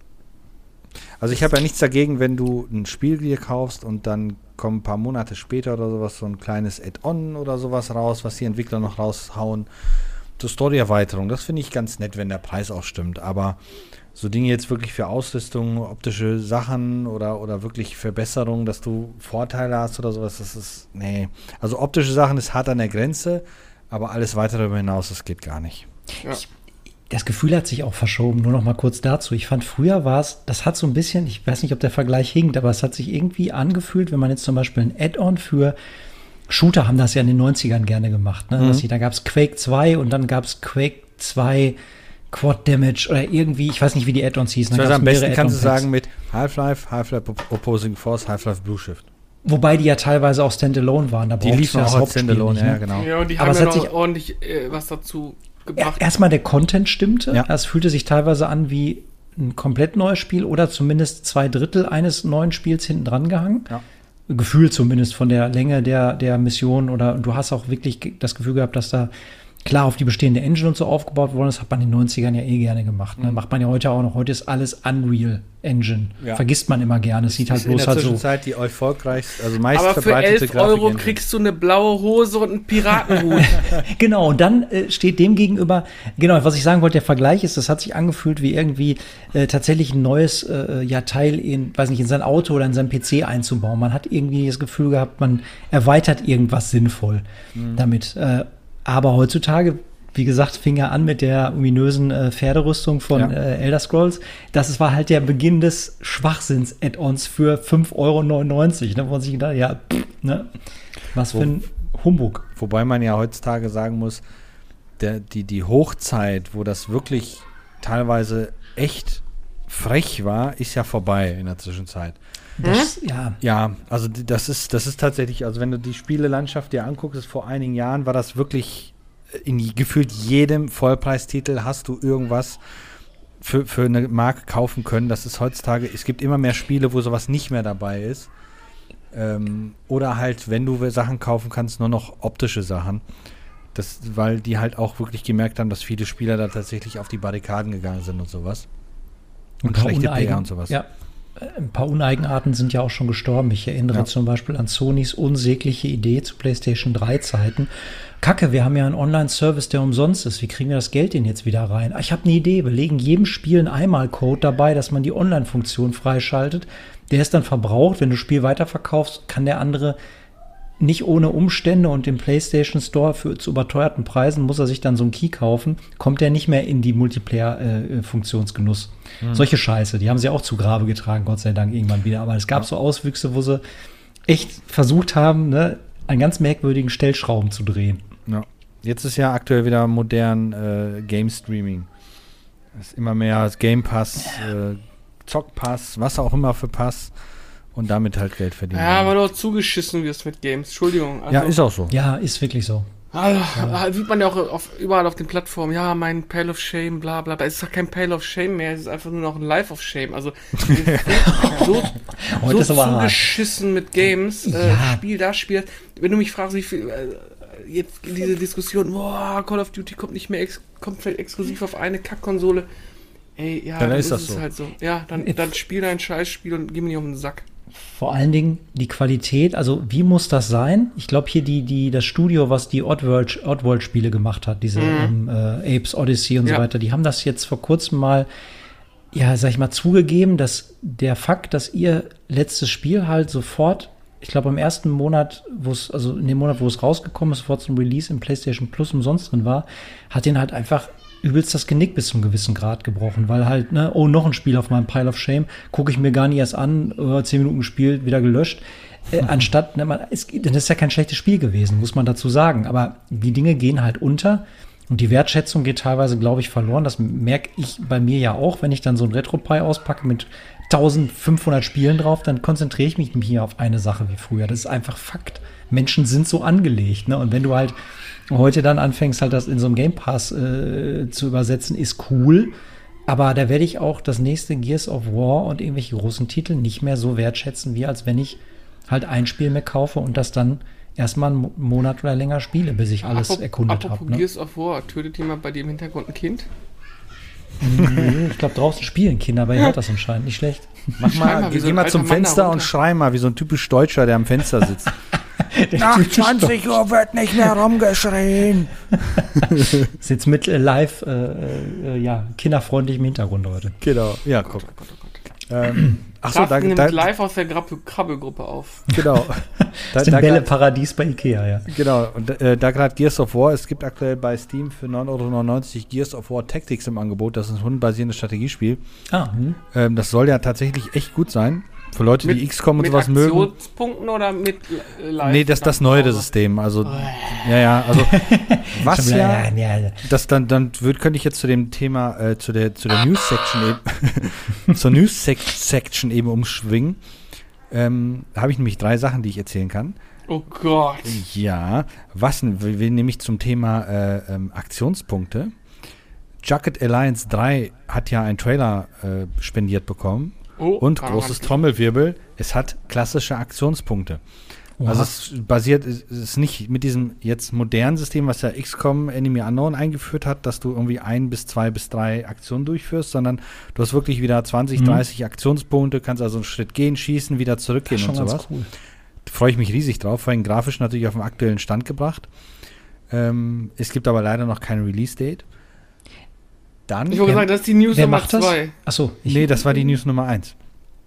Also ich habe ja nichts dagegen, wenn du ein Spiel dir kaufst und dann kommen ein paar Monate später oder sowas so ein kleines Add-on oder sowas raus, was die Entwickler noch raushauen zur Story-Erweiterung. Das finde ich ganz nett, wenn der Preis auch stimmt. Aber so Dinge jetzt wirklich für Ausrüstung, optische Sachen oder wirklich Verbesserungen, dass du Vorteile hast oder sowas, das ist, nee. Also optische Sachen ist hart an der Grenze, aber alles weiter darüber hinaus, das geht gar nicht. Ja. Das Gefühl hat sich auch verschoben, nur noch mal kurz dazu. Ich fand, früher war es, das hat so ein bisschen, ich weiß nicht, ob der Vergleich hinkt, aber es hat sich irgendwie angefühlt, wenn man jetzt zum Beispiel ein Add-on für Shooter haben das ja in den 90ern gerne gemacht. Ne? Da gab es Quake 2 und dann gab es Quake 2 Quad Damage oder irgendwie, ich weiß nicht, wie die Add-ons hießen. Also am besten kannst du sagen mit Half-Life, Half-Life Opposing Force, Half-Life Blue Shift. Wobei die ja teilweise auch Standalone waren. Da die liefen auch als Standalone, nicht, ne? Ja, genau. Ja, und die aber haben ja es hat sich ordentlich was dazu gebracht. Erstmal der Content stimmte. Ja. Es fühlte sich teilweise an wie ein komplett neues Spiel oder zumindest 2/3 eines neuen Spiels hinten dran gehangen. Ja. Gefühlt zumindest von der Länge der Mission oder du hast auch wirklich das Gefühl gehabt, dass da klar auf die bestehende Engine und so aufgebaut worden ist, hat man in den 90ern ja eh gerne gemacht. Ne? Macht man ja heute auch noch. Heute ist alles Unreal Engine. Ja. Vergisst man immer gerne. Es sieht halt bloß halt so. In der Zwischenzeit die erfolgreichste, also meist aber für verbreitete 11 Euro kriegst du eine blaue Hose und einen Piratenhut. Genau, und dann steht dem gegenüber, genau, was ich sagen wollte, der Vergleich ist, das hat sich angefühlt wie irgendwie tatsächlich ein neues Teil in sein Auto oder in sein PC einzubauen. Man hat irgendwie das Gefühl gehabt, man erweitert irgendwas sinnvoll damit. Aber heutzutage, wie gesagt, fing er an mit der ominösen Pferderüstung von Elder Scrolls. Das war halt der Beginn des Schwachsinns-Add-ons für 5,99 Euro. Ne, wo man sich gedacht, was für ein Humbug. Wobei man ja heutzutage sagen muss, die Hochzeit, wo das wirklich teilweise echt frech war, ist ja vorbei in der Zwischenzeit. Ja, also das ist tatsächlich, also wenn du die Spielelandschaft dir anguckst, vor einigen Jahren war das wirklich in gefühlt jedem Vollpreistitel hast du irgendwas für eine Marke kaufen können. Das ist heutzutage, es gibt immer mehr Spiele, wo sowas nicht mehr dabei ist. Oder halt, wenn du Sachen kaufen kannst, nur noch optische Sachen. Weil die halt auch wirklich gemerkt haben, dass viele Spieler da tatsächlich auf die Barrikaden gegangen sind und sowas. Und schlechte PR und sowas. Ja. Ein paar Uneigenarten sind ja auch schon gestorben. Ich erinnere zum Beispiel an Sonys unsägliche Idee zu PlayStation 3 Zeiten. Kacke, wir haben ja einen Online-Service, der umsonst ist. Wie kriegen wir das Geld denn jetzt wieder rein? Ich habe eine Idee. Wir legen jedem Spiel einen Einmalcode dabei, dass man die Online-Funktion freischaltet. Der ist dann verbraucht. Wenn du das Spiel weiterverkaufst, kann der andere nicht ohne Umstände und im PlayStation Store zu überteuerten Preisen muss er sich dann so einen Key kaufen, kommt er nicht mehr in die Multiplayer-Funktionsgenuss. Solche Scheiße, die haben sie auch zu Grabe getragen, Gott sei Dank irgendwann wieder. Aber es gab so Auswüchse, wo sie echt versucht haben, ne, einen ganz merkwürdigen Stellschrauben zu drehen. Ja. Jetzt ist ja aktuell wieder modern Game Streaming. Es ist immer mehr Game Pass, Zockpass, was auch immer für Pass. Und damit halt Geld verdienen. Ja, aber doch zugeschissen wirst mit Games. Entschuldigung. Also, ja, ist auch so. Ja, ist wirklich so. Sieht man ja auch überall auf den Plattformen. Ja, mein Pile of Shame, bla bla bla. Es ist doch kein Pile of Shame mehr. Es ist einfach nur noch ein Life of Shame. Also so zugeschissen mit Games. Spiel das, Spiel das. Wenn du mich fragst, wie viel jetzt diese Diskussion, Call of Duty kommt nicht mehr kommt vielleicht exklusiv auf eine Kackkonsole. Ey, ja, dann ist das so. Halt so. Ja, dann spiel dein Scheißspiel und gib mir nicht um den Sack. Vor allen Dingen die Qualität, also wie muss das sein? Ich glaube hier das Studio, was die Oddworld-Spiele gemacht hat, diese Apes Odyssey und so weiter, die haben das jetzt vor kurzem mal, sag ich mal, zugegeben, dass der Fakt, dass ihr letztes Spiel halt sofort, ich glaube im ersten Monat, in dem Monat, wo es rausgekommen ist, sofort zum Release im PlayStation Plus umsonst drin war, hat den halt einfach übelst das Genick bis zum gewissen Grad gebrochen, weil halt, noch ein Spiel auf meinem Pile of Shame, gucke ich mir gar nicht erst an, 10 Minuten gespielt, wieder gelöscht, anstatt, dann ist ja kein schlechtes Spiel gewesen, muss man dazu sagen, aber die Dinge gehen halt unter und die Wertschätzung geht teilweise, glaube ich, verloren, das merke ich bei mir ja auch, wenn ich dann so ein Retro-Pi auspacke mit 1500 Spielen drauf, dann konzentriere ich mich hier auf eine Sache wie früher, das ist einfach Fakt. Menschen sind so angelegt, ne? Und wenn du halt heute dann anfängst, halt das in so einem Game Pass zu übersetzen, ist cool. Aber da werde ich auch das nächste Gears of War und irgendwelche großen Titel nicht mehr so wertschätzen, wie als wenn ich halt ein Spiel mehr kaufe und das dann erstmal einen Monat oder länger spiele, bis ich alles erkundet habe. Apropos Gears of War, tötet jemand bei dir im Hintergrund ein Kind? Nö, ich glaube, draußen spielen Kinder, aber ihr hört das anscheinend nicht schlecht. Geh mal zum Fenster und schrei mal, wie so ein typisch Deutscher, der am Fenster sitzt. Nach 20 Uhr wird nicht mehr rumgeschrien. Sitzt mit live, kinderfreundlichem Hintergrund heute. Genau, ja, guck. Achso, da nimmt live aus der Krabbelgruppe auf. Genau. Das ist ein Bälleparadies bei Ikea, ja. Genau, und da gerade Gears of War, es gibt aktuell bei Steam für 9,99 € Gears of War Tactics im Angebot. Das ist ein rundenbasierendes Strategiespiel. Das soll ja tatsächlich echt gut sein. Für Leute, die XCOM und sowas mögen. Mit Aktionspunkten oder mit Live? Nee, das neue System. Also, also was ja, das dann könnte ich jetzt zu dem Thema, zur News-Section eben, zur News-Section eben umschwingen. Habe ich nämlich 3 Sachen, die ich erzählen kann. Oh Gott. Ja, wir nämlich zum Thema Aktionspunkte. Jagged Alliance 3 hat ja einen Trailer spendiert bekommen. Und großes Trommelwirbel, es hat klassische Aktionspunkte. Oha. Also es ist nicht mit diesem jetzt modernen System, was ja XCOM Enemy Unknown eingeführt hat, dass du irgendwie 1 bis 2 bis 3 Aktionen durchführst, sondern du hast wirklich wieder 20, 30 Aktionspunkte, kannst also einen Schritt gehen, schießen, wieder zurückgehen und sowas. Ganz cool. Da freue ich mich riesig drauf, vor allem grafisch natürlich auf den aktuellen Stand gebracht. Es gibt aber leider noch kein Release-Date. Dann ich wollte sagen, das ist die News Nummer 2. Achso. Nee, das war die News Nummer 1.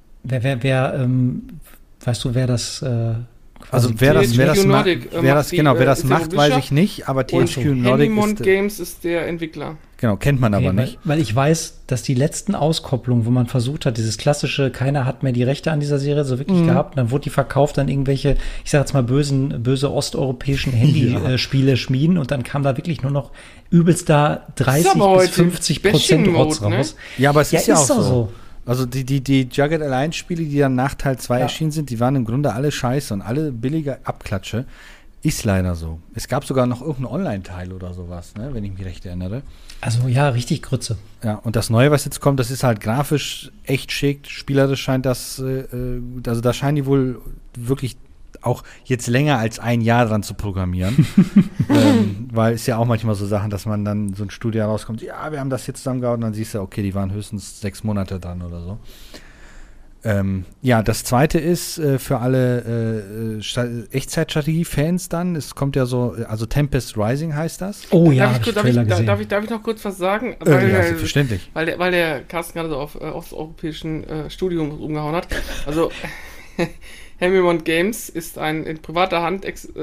Weißt du, wer das also wer das macht, weiß ich nicht, aber THQ Nordic ist Games ist der Entwickler. Genau, kennt man aber nicht. Weil ich weiß, dass die letzten Auskopplungen, wo man versucht hat, dieses klassische, keiner hat mehr die Rechte an dieser Serie so wirklich gehabt, dann wurde die verkauft an irgendwelche, ich sag jetzt mal böse osteuropäischen Handyspiele schmieden und dann kam da wirklich nur noch übelst da 30-50% Rotz raus. Ne? Ja, aber es ist ja auch so. Also die Jagged Alliance-Spiele, die dann nach Teil 2 erschienen sind, die waren im Grunde alle scheiße und alle billige Abklatsche. Ist leider so. Es gab sogar noch irgendeinen Online-Teil oder sowas, ne, wenn ich mich recht erinnere. Also ja, richtig Grütze. Ja, und das Neue, was jetzt kommt, das ist halt grafisch echt schick. Spielerisch scheint das, also da scheinen die wohl wirklich auch jetzt länger als ein Jahr dran zu programmieren. Weil es ja auch manchmal so Sachen, dass man dann so ein Studio rauskommt, ja, wir haben das jetzt zusammengehauen und dann siehst du, okay, die waren höchstens 6 Monate dran oder so. Das zweite ist für alle Echtzeitstrategie-Fans dann, es kommt ja so, also Tempest Rising heißt das. Oh ja, darf ich noch kurz was sagen? Ja, selbstverständlich. Weil der Carsten gerade so auf osteuropäischen Studium umgehauen hat. Also Hamilmont Games ist ein in privater Hand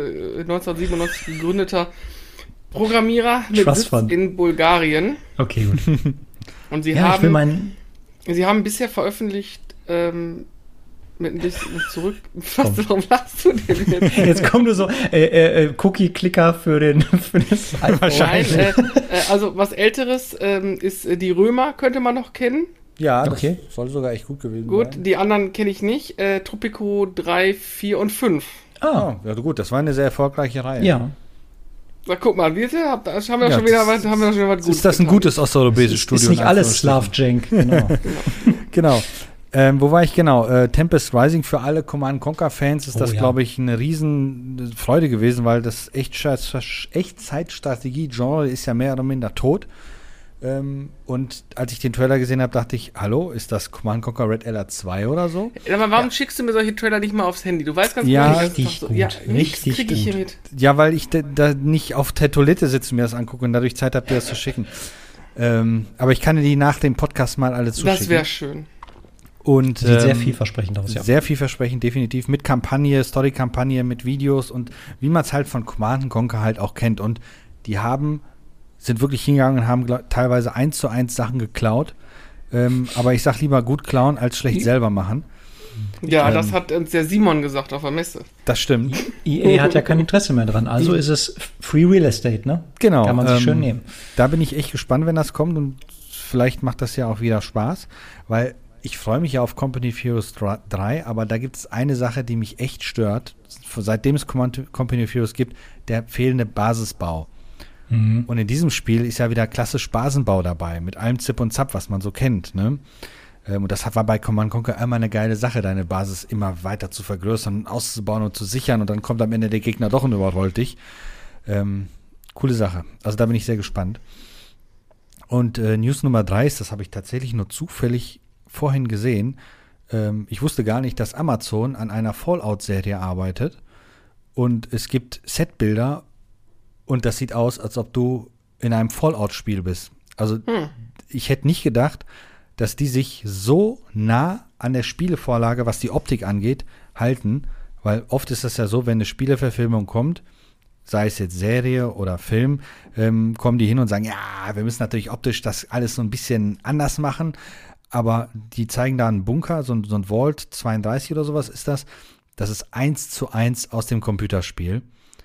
1997 gegründeter Programmierer mit Sitz in Bulgarien. Okay, gut. Und sie haben bisher veröffentlicht mit ein bisschen zurück. Warum lachst du denn jetzt? Jetzt kommt nur so Cookie-Clicker für das iPhone. Nein, also was Älteres ist die Römer, könnte man noch kennen. Ja, das soll sogar echt gut gewesen sein. Gut, die anderen kenne ich nicht. Tropico 3, 4 und 5. Ja gut, das war eine sehr erfolgreiche Reihe. Ja. Na, guck mal, haben wir schon wieder was Gutes. Ist das ein gutes osteuropäisches Studio? Ist nicht alles Slav-Jank, Genau. Wo war ich genau? Tempest Rising für alle Command & Conquer-Fans ist das, glaube ich, eine riesen Freude gewesen, weil das Echtzeitstrategie-Genre ist ja mehr oder minder tot. Und als ich den Trailer gesehen habe, dachte ich, hallo, ist das Command & Conquer Red Alert 2 oder so? Aber warum schickst du mir solche Trailer nicht mal aufs Handy? Du weißt ganz genau, richtig gut. Ja, nichts kriege ich hier mit. Ja, weil ich da nicht auf der Toilette sitze und mir das angucke und dadurch Zeit habe, dir das zu schicken. Aber ich kann dir die nach dem Podcast mal alle zuschicken. Das wäre schön. Und, sieht sehr vielversprechend aus, ja. Sehr vielversprechend, definitiv. Mit Kampagne, Story-Kampagne, mit Videos und wie man es halt von Command & Conquer halt auch kennt. Und die sind wirklich hingegangen und haben teilweise 1:1 Sachen geklaut. Aber ich sag lieber gut klauen, als schlecht selber machen. Ja, das hat uns der Simon gesagt auf der Messe. Das stimmt. EA hat ja kein Interesse mehr dran. Also ist es Free Real Estate, ne? Genau. Kann man sich schön nehmen. Da bin ich echt gespannt, wenn das kommt. Und vielleicht macht das ja auch wieder Spaß. Weil ich freue mich ja auf Company of Heroes 3, aber da gibt es eine Sache, die mich echt stört. Seitdem es Company of Heroes gibt, der fehlende Basisbau. Und in diesem Spiel ist ja wieder klassisch Basenbau dabei, mit allem Zip und Zap, was man so kennt, ne? Und das war bei Command Conquer immer eine geile Sache, deine Basis immer weiter zu vergrößern, auszubauen und zu sichern und dann kommt am Ende der Gegner doch und überrollt dich. Coole Sache. Also da bin ich sehr gespannt. Und News Nummer 3 ist, das habe ich tatsächlich nur zufällig vorhin gesehen. Ich wusste gar nicht, dass Amazon an einer Fallout-Serie arbeitet und es gibt Setbilder und das sieht aus, als ob du in einem Fallout-Spiel bist. Also ich hätte nicht gedacht, dass die sich so nah an der Spielevorlage, was die Optik angeht, halten, weil oft ist das ja so, wenn eine Spieleverfilmung kommt, sei es jetzt Serie oder Film, kommen die hin und sagen, ja, wir müssen natürlich optisch das alles so ein bisschen anders machen, aber die zeigen da einen Bunker, so ein Vault 32 oder sowas ist das ist 1:1 aus dem Computerspiel.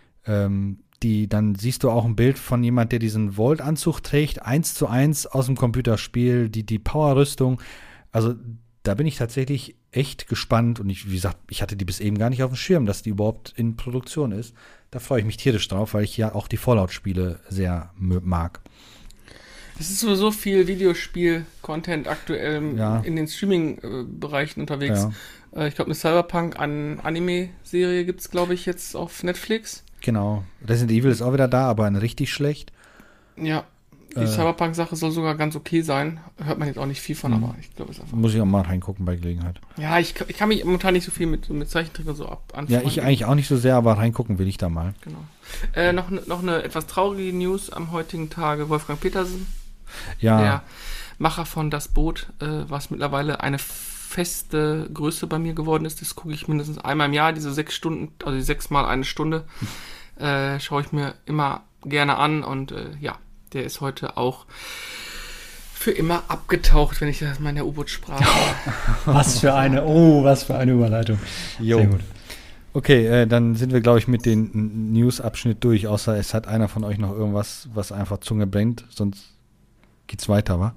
Dann siehst du auch ein Bild von jemand, der diesen Vault-Anzug trägt, 1:1 aus dem Computerspiel, die Power-Rüstung. Also da bin ich tatsächlich echt gespannt und wie gesagt, ich hatte die bis eben gar nicht auf dem Schirm, dass die überhaupt in Produktion ist. Da freue ich mich tierisch drauf, weil ich ja auch die Fallout-Spiele sehr mag. Es ist sowieso viel Videospiel-Content aktuell in den Streaming-Bereichen unterwegs. Ja. Ich glaube, eine Cyberpunk-Anime-Serie gibt es, glaube ich, jetzt auf Netflix. Genau. Resident Evil ist auch wieder da, aber richtig schlecht. Ja, die Cyberpunk-Sache soll sogar ganz okay sein. Hört man jetzt auch nicht viel von, aber ich glaube, es ist einfach... Muss ich auch mal reingucken bei Gelegenheit. Ja, ich kann mich momentan nicht so viel mit Zeichentrick und so anfangen. Ja, ich eigentlich auch nicht so sehr, aber reingucken will ich da mal. Genau. Noch eine etwas traurige News am heutigen Tage. Wolfgang Petersen, der Macher von Das Boot, was mittlerweile eine feste Größe bei mir geworden ist. Das gucke ich mindestens einmal im Jahr, diese 6 Stunden, also die 6 mal eine Stunde, schaue ich mir immer gerne an und der ist heute auch für immer abgetaucht, wenn ich das mal in der U-Boot-Sprache. Was für eine Überleitung. Jo. Sehr gut. Okay, dann sind wir, glaube ich, mit dem News-Abschnitt durch, außer es hat einer von euch noch irgendwas, was einfach Zunge brennt, sonst geht's weiter, wa?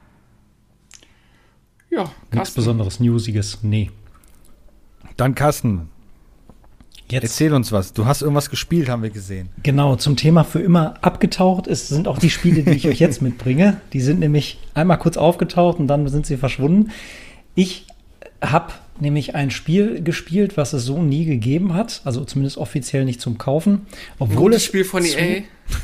Ja, nichts Besonderes, Newsiges, nee. Dann Carsten, erzähl uns was. Du hast irgendwas gespielt, haben wir gesehen. Genau, zum Thema für immer abgetaucht sind auch die Spiele, die ich euch jetzt mitbringe. Die sind nämlich einmal kurz aufgetaucht und dann sind sie verschwunden. Ich habe nämlich ein Spiel gespielt, was es so nie gegeben hat, also zumindest offiziell nicht zum Kaufen. Obwohl das Spiel von EA?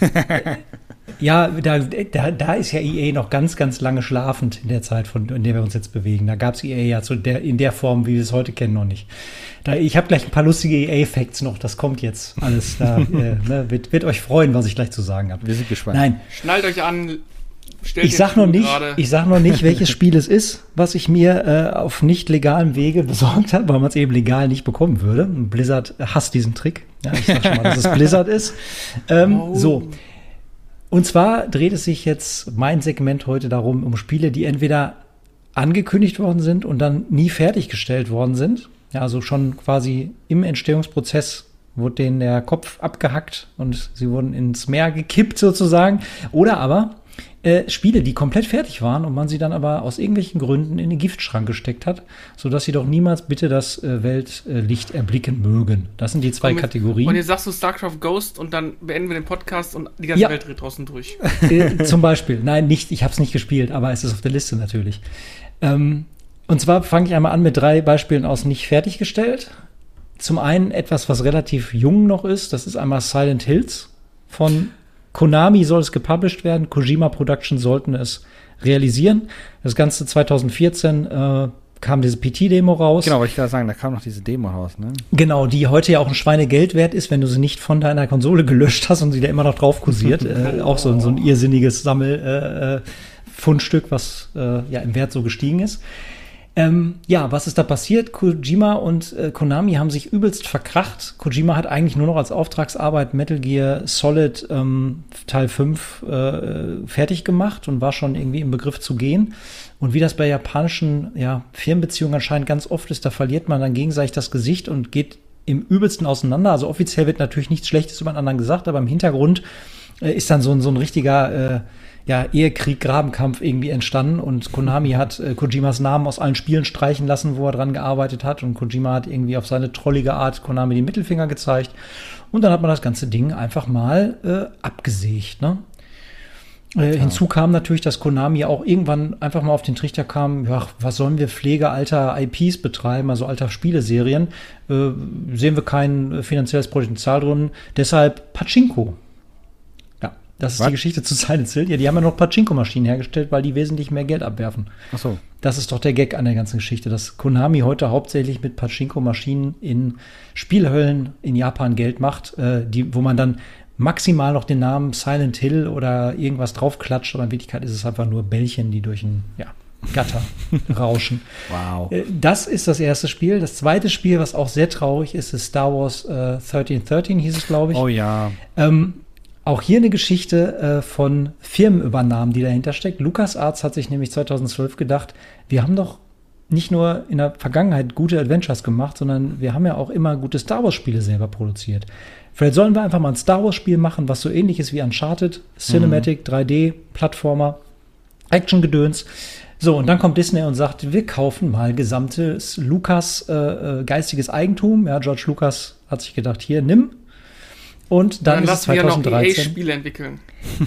Ja, da ist ja EA noch ganz, ganz lange schlafend in der Zeit, in der wir uns jetzt bewegen. Da gab es EA ja in der Form, wie wir es heute kennen, noch nicht. Ich habe gleich ein paar lustige EA-Facts noch, das kommt jetzt alles. Da wird euch freuen, was ich gleich zu sagen habe. Wir sind gespannt. Nein. Schnallt euch an. Ich sag noch nicht, welches Spiel es ist, was ich mir auf nicht legalem Wege besorgt habe, weil man es eben legal nicht bekommen würde. Blizzard hasst diesen Trick. Ja, ich sag schon mal, dass es Blizzard ist. So. Und zwar dreht es sich jetzt mein Segment heute darum, um Spiele, die entweder angekündigt worden sind und dann nie fertiggestellt worden sind. Ja, also schon quasi im Entstehungsprozess wurde denen der Kopf abgehackt und sie wurden ins Meer gekippt sozusagen. Oder aber Spiele, die komplett fertig waren und man sie dann aber aus irgendwelchen Gründen in den Giftschrank gesteckt hat, sodass sie doch niemals bitte das Weltlicht erblicken mögen. Das sind die zwei Kategorien. Und jetzt sagst du StarCraft Ghost und dann beenden wir den Podcast und die ganze Welt dreht draußen durch. Zum Beispiel. Nein, ich habe es nicht gespielt, aber es ist auf der Liste natürlich. Und zwar fange ich einmal an mit 3 Beispielen aus nicht fertiggestellt. Zum einen etwas, was relativ jung noch ist. Das ist einmal Silent Hills von Konami soll es gepublished werden, Kojima Productions sollten es realisieren. Das Ganze 2014 kam diese PT-Demo raus. Genau, wollte ich gerade sagen, da kam noch diese Demo raus, ne? Genau, die heute ja auch ein Schweinegeld wert ist, wenn du sie nicht von deiner Konsole gelöscht hast und sie da immer noch drauf kursiert. Auch so ein irrsinniges Fundstück, was im Wert so gestiegen ist. Was ist da passiert? Kojima und Konami haben sich übelst verkracht. Kojima hat eigentlich nur noch als Auftragsarbeit Metal Gear Solid Teil 5 fertig gemacht und war schon irgendwie im Begriff zu gehen. Und wie das bei japanischen Firmenbeziehungen anscheinend ganz oft ist, da verliert man dann gegenseitig das Gesicht und geht im übelsten auseinander. Also offiziell wird natürlich nichts Schlechtes über den anderen gesagt, aber im Hintergrund ist dann so ein richtiger Ehekrieg, Grabenkampf irgendwie entstanden und Konami hat Kojimas Namen aus allen Spielen streichen lassen, wo er dran gearbeitet hat und Kojima hat irgendwie auf seine trollige Art Konami den Mittelfinger gezeigt Und dann hat man das ganze Ding einfach mal abgesägt, ne? Hinzu kam natürlich, dass Konami auch irgendwann einfach mal auf den Trichter kam, ja, was sollen wir Pflege alter IPs betreiben, also alter Spieleserien, sehen wir kein finanzielles Potenzial drin, deshalb Pachinko. Ja, das ist die Geschichte zu Silent Hill. Ja, die haben ja noch Pachinko-Maschinen hergestellt, weil die wesentlich mehr Geld abwerfen. Ach so. Das ist doch der Gag an der ganzen Geschichte, dass Konami heute hauptsächlich mit Pachinko-Maschinen in Spielhöllen in Japan Geld macht, wo man dann maximal noch den Namen Silent Hill oder irgendwas draufklatscht, aber in Wirklichkeit ist es einfach nur Bällchen, die durch ein Gatter rauschen. Wow. Das ist das erste Spiel. Das zweite Spiel, was auch sehr traurig ist, ist Star Wars 1313, hieß es, glaube ich. Oh ja. Auch hier eine Geschichte von Firmenübernahmen, die dahinter steckt. LucasArts hat sich nämlich 2012 gedacht, wir haben doch nicht nur in der Vergangenheit gute Adventures gemacht, sondern wir haben ja auch immer gute Star Wars-Spiele selber produziert. Vielleicht sollen wir einfach mal ein Star Wars-Spiel machen, was so ähnlich ist wie Uncharted, Cinematic, 3D, Plattformer, Action-Gedöns. So, und dann kommt Disney und sagt, wir kaufen mal gesamtes Lucas geistiges Eigentum. Ja, George Lucas hat sich gedacht, hier, nimm. Und dann ist es 2013. Ja noch EA-Spiele entwickeln.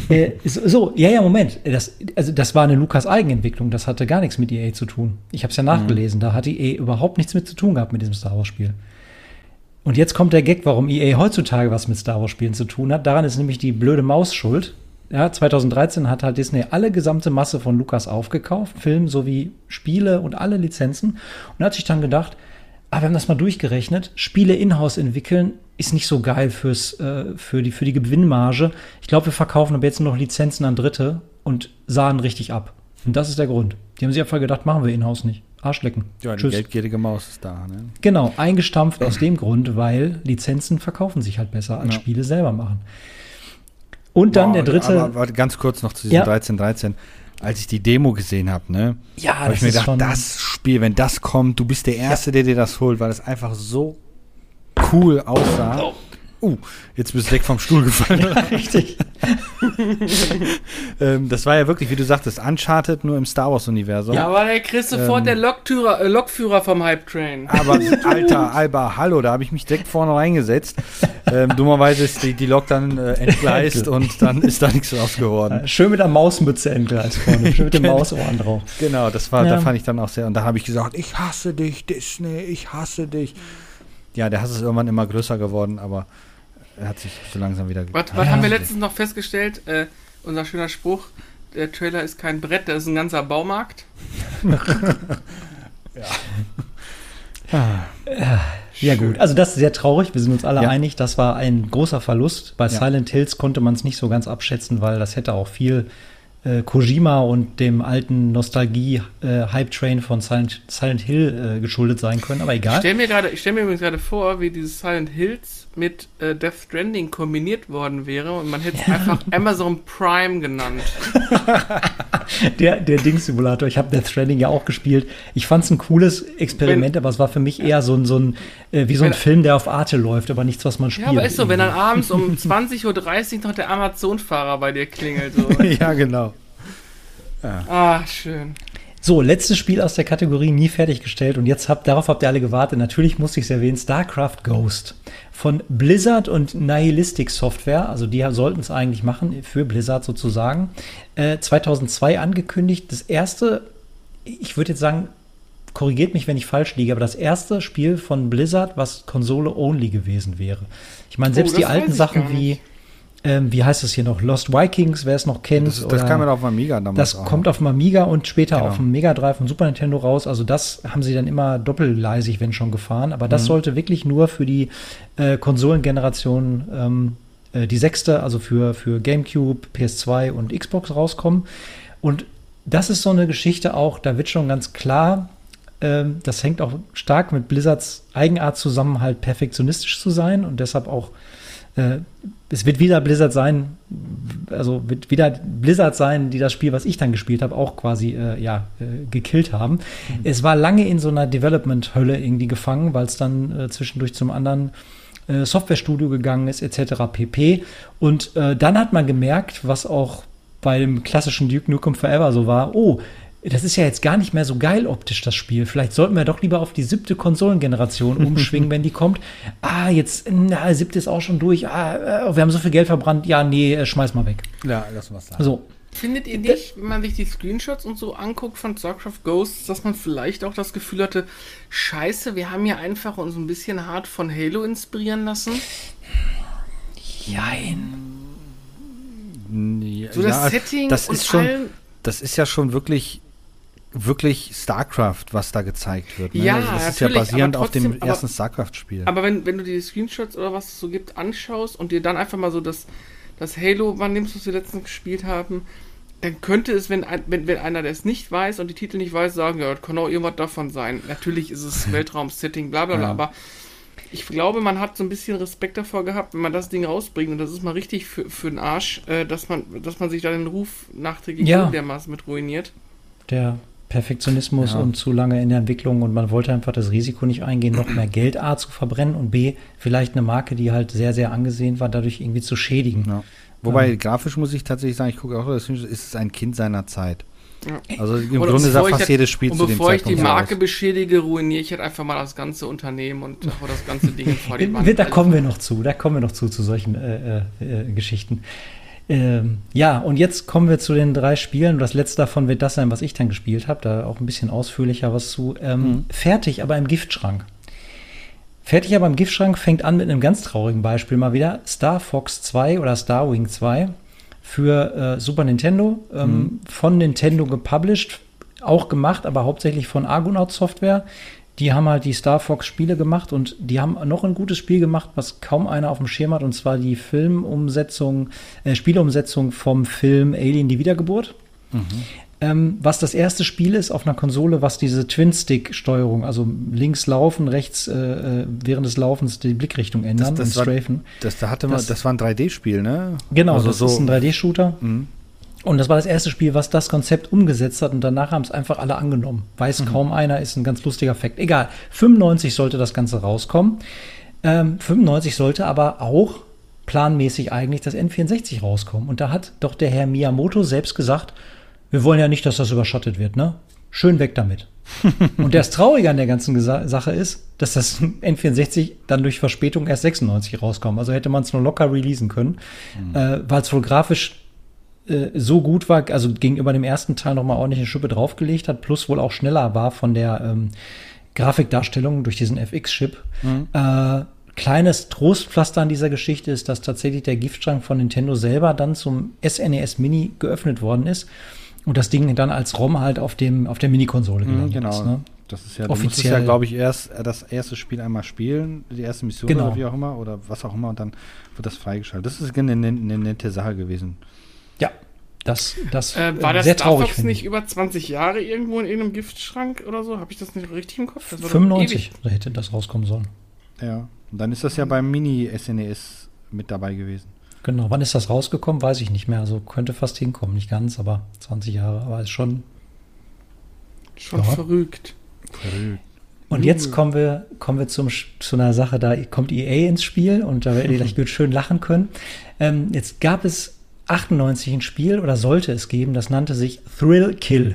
Moment. Das war eine Lucas-Eigenentwicklung. Das hatte gar nichts mit EA zu tun. Ich habe es ja nachgelesen. Da hat EA überhaupt nichts mit zu tun gehabt mit diesem Star Wars-Spiel. Und jetzt kommt der Gag, warum EA heutzutage was mit Star Wars-Spielen zu tun hat. Daran ist nämlich die blöde Maus schuld. Ja, 2013 hat halt Disney alle gesamte Masse von Lucas aufgekauft, Film sowie Spiele und alle Lizenzen. Und hat sich dann gedacht, wir haben das mal durchgerechnet, Spiele in-house entwickeln ist nicht so geil für die Gewinnmarge. Ich glaube, wir verkaufen aber jetzt nur noch Lizenzen an Dritte und sahen richtig ab. Und das ist der Grund. Die haben sich einfach gedacht, machen wir in-house nicht. Arschlecken. Ja, die geldgierige Maus ist da. Ne? Genau, eingestampft aus dem Grund, weil Lizenzen verkaufen sich halt besser als Spiele selber machen. Und dann der dritte. Aber ganz kurz noch zu diesem 1313. Als ich die Demo gesehen habe, ne? Ja, habe ich mir gedacht, das Spiel, wenn das kommt, du bist der Erste, der dir das holt, weil das einfach so cool aussah. Jetzt bist du weg vom Stuhl gefallen. Ja, richtig. Das war ja wirklich, wie du sagtest, Uncharted nur im Star Wars-Universum. Ja, aber der kriegst sofort der Lokführer vom Hype-Train. Aber alter Alba, hallo, da habe ich mich direkt vorne reingesetzt. Dummerweise ist die Lok dann entgleist und dann ist da nichts draus geworden. Schön mit der Mausmütze entgleist vorne, schön mit den Mausohren drauf. Genau, da fand ich dann auch sehr, und da habe ich gesagt, ich hasse dich, Disney, ich hasse dich. Ja, der Hass ist irgendwann immer größer geworden, aber er hat sich so langsam wieder... Was haben wir letztens noch festgestellt? Unser schöner Spruch, der Trailer ist kein Brett, der ist ein ganzer Baumarkt. Ja gut, also das ist sehr traurig, wir sind uns alle einig, das war ein großer Verlust. Bei Silent Hills konnte man es nicht so ganz abschätzen, weil das hätte auch viel Kojima und dem alten Nostalgie-Hype-Train von Silent Hill geschuldet sein können, aber egal. Ich stell mir übrigens gerade vor, wie dieses Silent Hills mit Death Stranding kombiniert worden wäre und man hätte es einfach Amazon Prime genannt. Der Dings-Simulator, ich habe Death Stranding ja auch gespielt. Ich fand es ein cooles Experiment, aber es war für mich eher so ein Film, der auf Arte läuft, aber nichts, was man spielt. Ja, aber ist so, wenn dann abends um 20.30 Uhr noch der Amazon-Fahrer bei dir klingelt. So. Ja, genau. Ja. Schön. So, letztes Spiel aus der Kategorie nie fertiggestellt und darauf habt ihr alle gewartet. Natürlich musste ich es erwähnen, StarCraft Ghost von Blizzard und Nihilistic Software, also die sollten es eigentlich machen, für Blizzard sozusagen. 2002 angekündigt, das erste, ich würde jetzt sagen, korrigiert mich, wenn ich falsch liege, aber das erste Spiel von Blizzard, was Konsole-only gewesen wäre. Ich meine, selbst die alten Sachen wie heißt es hier noch? Lost Vikings, wer es noch kennt. Das kam ja auf dem Amiga damals. Das kommt auf dem Amiga und später auf dem Mega Drive und Super Nintendo raus. Also das haben sie dann immer doppelleisig, wenn schon, gefahren. Aber das sollte wirklich nur für die Konsolengeneration die 6., also für GameCube, PS2 und Xbox rauskommen. Und das ist so eine Geschichte auch, da wird schon ganz klar, das hängt auch stark mit Blizzards Eigenart zusammen, halt perfektionistisch zu sein und deshalb auch es wird wieder Blizzard sein, die das Spiel, was ich dann gespielt habe, auch quasi gekillt haben. Es war lange in so einer Development-Hölle irgendwie gefangen, weil es dann zwischendurch zum anderen Softwarestudio gegangen ist, etc. pp. Und dann hat man gemerkt, was auch bei dem klassischen Duke Nukem Forever so war, das ist ja jetzt gar nicht mehr so geil optisch, das Spiel. Vielleicht sollten wir doch lieber auf die 7. Konsolengeneration umschwingen, wenn die kommt. Jetzt, 7. ist auch schon durch. Wir haben so viel Geld verbrannt. Ja, nee, schmeiß mal weg. Ja, lass mal sagen. So. Findet ihr nicht, wenn man sich die Screenshots und so anguckt von StarCraft Ghosts, dass man vielleicht auch das Gefühl hatte, scheiße, wir haben hier einfach uns ein bisschen hart von Halo inspirieren lassen? Jein. So das Setting das und ist schon, allem. das ist ja schon wirklich StarCraft, was da gezeigt wird. Ne? Ja, also das ist ja basierend auf dem trotzdem, ersten StarCraft-Spiel. Aber wenn du dir die Screenshots oder was es so gibt anschaust und dir dann einfach mal so das Halo, wann nimmst du es die letzten gespielt haben, dann könnte es, wenn einer, der es nicht weiß und die Titel nicht weiß, sagen, ja, das kann auch irgendwas davon sein. Natürlich ist es Weltraum-Setting, bla bla bla, aber ich glaube, man hat so ein bisschen Respekt davor gehabt, wenn man das Ding rausbringt, und das ist mal richtig für den Arsch, dass man sich da den Ruf nachträglich dermaßen mit ruiniert. Der Perfektionismus und zu lange in der Entwicklung, und man wollte einfach das Risiko nicht eingehen, noch mehr Geld A zu verbrennen und B, vielleicht eine Marke, die halt sehr, sehr angesehen war, dadurch irgendwie zu schädigen. Ja. Wobei, grafisch muss ich tatsächlich sagen, ich gucke auch, ist es ein Kind seiner Zeit. Ja. Also im Grunde ist fast jedes Spiel zu dem Zeitpunkt. Und bevor ich die Marke beschädige, ruiniere ich halt einfach mal das ganze Unternehmen und hau das ganze Ding vor die Wand. Da kommen wir noch zu solchen Geschichten. Und jetzt kommen wir zu den 3 Spielen. Und das letzte davon wird das sein, was ich dann gespielt habe. Da auch ein bisschen ausführlicher was zu. Fertig, aber im Giftschrank. Fertig, aber im Giftschrank fängt an mit einem ganz traurigen Beispiel mal wieder. Star Fox 2 oder Star Wing 2 für Super Nintendo. Von Nintendo gepublished, auch gemacht, aber hauptsächlich von Argonaut Software. Die haben halt die Star Fox Spiele gemacht, und die haben noch ein gutes Spiel gemacht, was kaum einer auf dem Schirm hat, und zwar die Spielumsetzung vom Film Alien, die Wiedergeburt. Was das erste Spiel ist auf einer Konsole, was diese Twin-Stick-Steuerung, also links laufen, rechts während des Laufens die Blickrichtung ändern und strafen. Das war ein 3D-Spiel, ne? Genau, also das ist ein 3D-Shooter. Und das war das erste Spiel, was das Konzept umgesetzt hat, und danach haben es einfach alle angenommen. Weiß kaum einer, ist ein ganz lustiger Fakt. Egal, 95 sollte das Ganze rauskommen. 95 sollte aber auch planmäßig eigentlich das N64 rauskommen. Und da hat doch der Herr Miyamoto selbst gesagt, wir wollen ja nicht, dass das überschattet wird, ne? Schön weg damit. Und das Traurige an der ganzen Sache ist, dass das N64 dann durch Verspätung erst 96 rauskommt. Also hätte man es nur locker releasen können, weil es wohl grafisch so gut war, also gegenüber dem ersten Teil noch mal ordentlich eine Schippe draufgelegt hat, plus wohl auch schneller war von der Grafikdarstellung durch diesen FX-Chip. Kleines Trostpflaster an dieser Geschichte ist, dass tatsächlich der Giftschrank von Nintendo selber dann zum SNES Mini geöffnet worden ist und das Ding dann als ROM halt auf der Minikonsole gelandet ist. Ne? Das ist ja, du musstest ja, glaube ich, erst das erste Spiel einmal spielen, die erste Mission oder wie auch immer, oder was auch immer, und dann wird das freigeschaltet. Das ist eine nette Sache gewesen. Ja, das war das sehr Star traurig. Fox nicht über 20 Jahre irgendwo in irgendeinem Giftschrank oder so? Habe ich das nicht richtig im Kopf? Das war 95 hätte das rauskommen sollen. Ja, und dann ist das ja beim Mini-SNES mit dabei gewesen. Genau, wann ist das rausgekommen, weiß ich nicht mehr. Also könnte fast hinkommen, nicht ganz, aber 20 Jahre, aber ist schon verrückt. Und jetzt kommen wir zu einer Sache, da kommt EA ins Spiel, und da werdet ihr gleich gut schön lachen können. Jetzt gab es 98 ein Spiel, oder sollte es geben, das nannte sich Thrill Kill.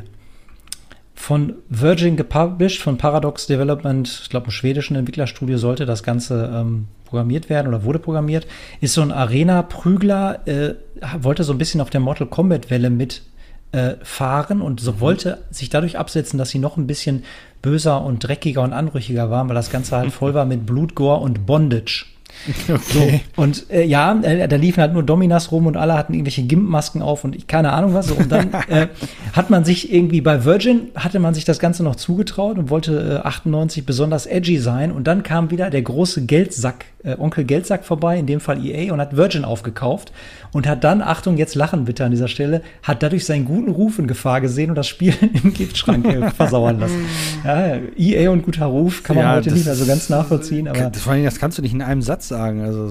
Von Virgin gepublished, von Paradox Development, ich glaube, einem schwedischen Entwicklerstudio sollte das Ganze programmiert werden oder wurde programmiert. Ist so ein Arena-Prügler, wollte so ein bisschen auf der Mortal Kombat-Welle mit fahren und so wollte sich dadurch absetzen, dass sie noch ein bisschen böser und dreckiger und anrüchiger waren, weil das Ganze halt voll war mit Blut, Gore und Bondage. Okay. So, und da liefen halt nur Dominas rum und alle hatten irgendwelche Gimp-Masken auf und keine Ahnung was. So. Und dann hat man sich irgendwie bei Virgin, hatte man sich das Ganze noch zugetraut und wollte 98 besonders edgy sein. Und dann kam wieder der große Geldsack, Onkel Geldsack vorbei, in dem Fall EA, und hat Virgin aufgekauft und hat dann, Achtung, jetzt lachen bitte an dieser Stelle, hat dadurch seinen guten Ruf in Gefahr gesehen und das Spiel im Giftschrank versauern lassen. Ja, EA und guter Ruf kann man heute nicht mehr so ganz nachvollziehen. Aber vor allem, das kannst du nicht in einem Satz sagen. Also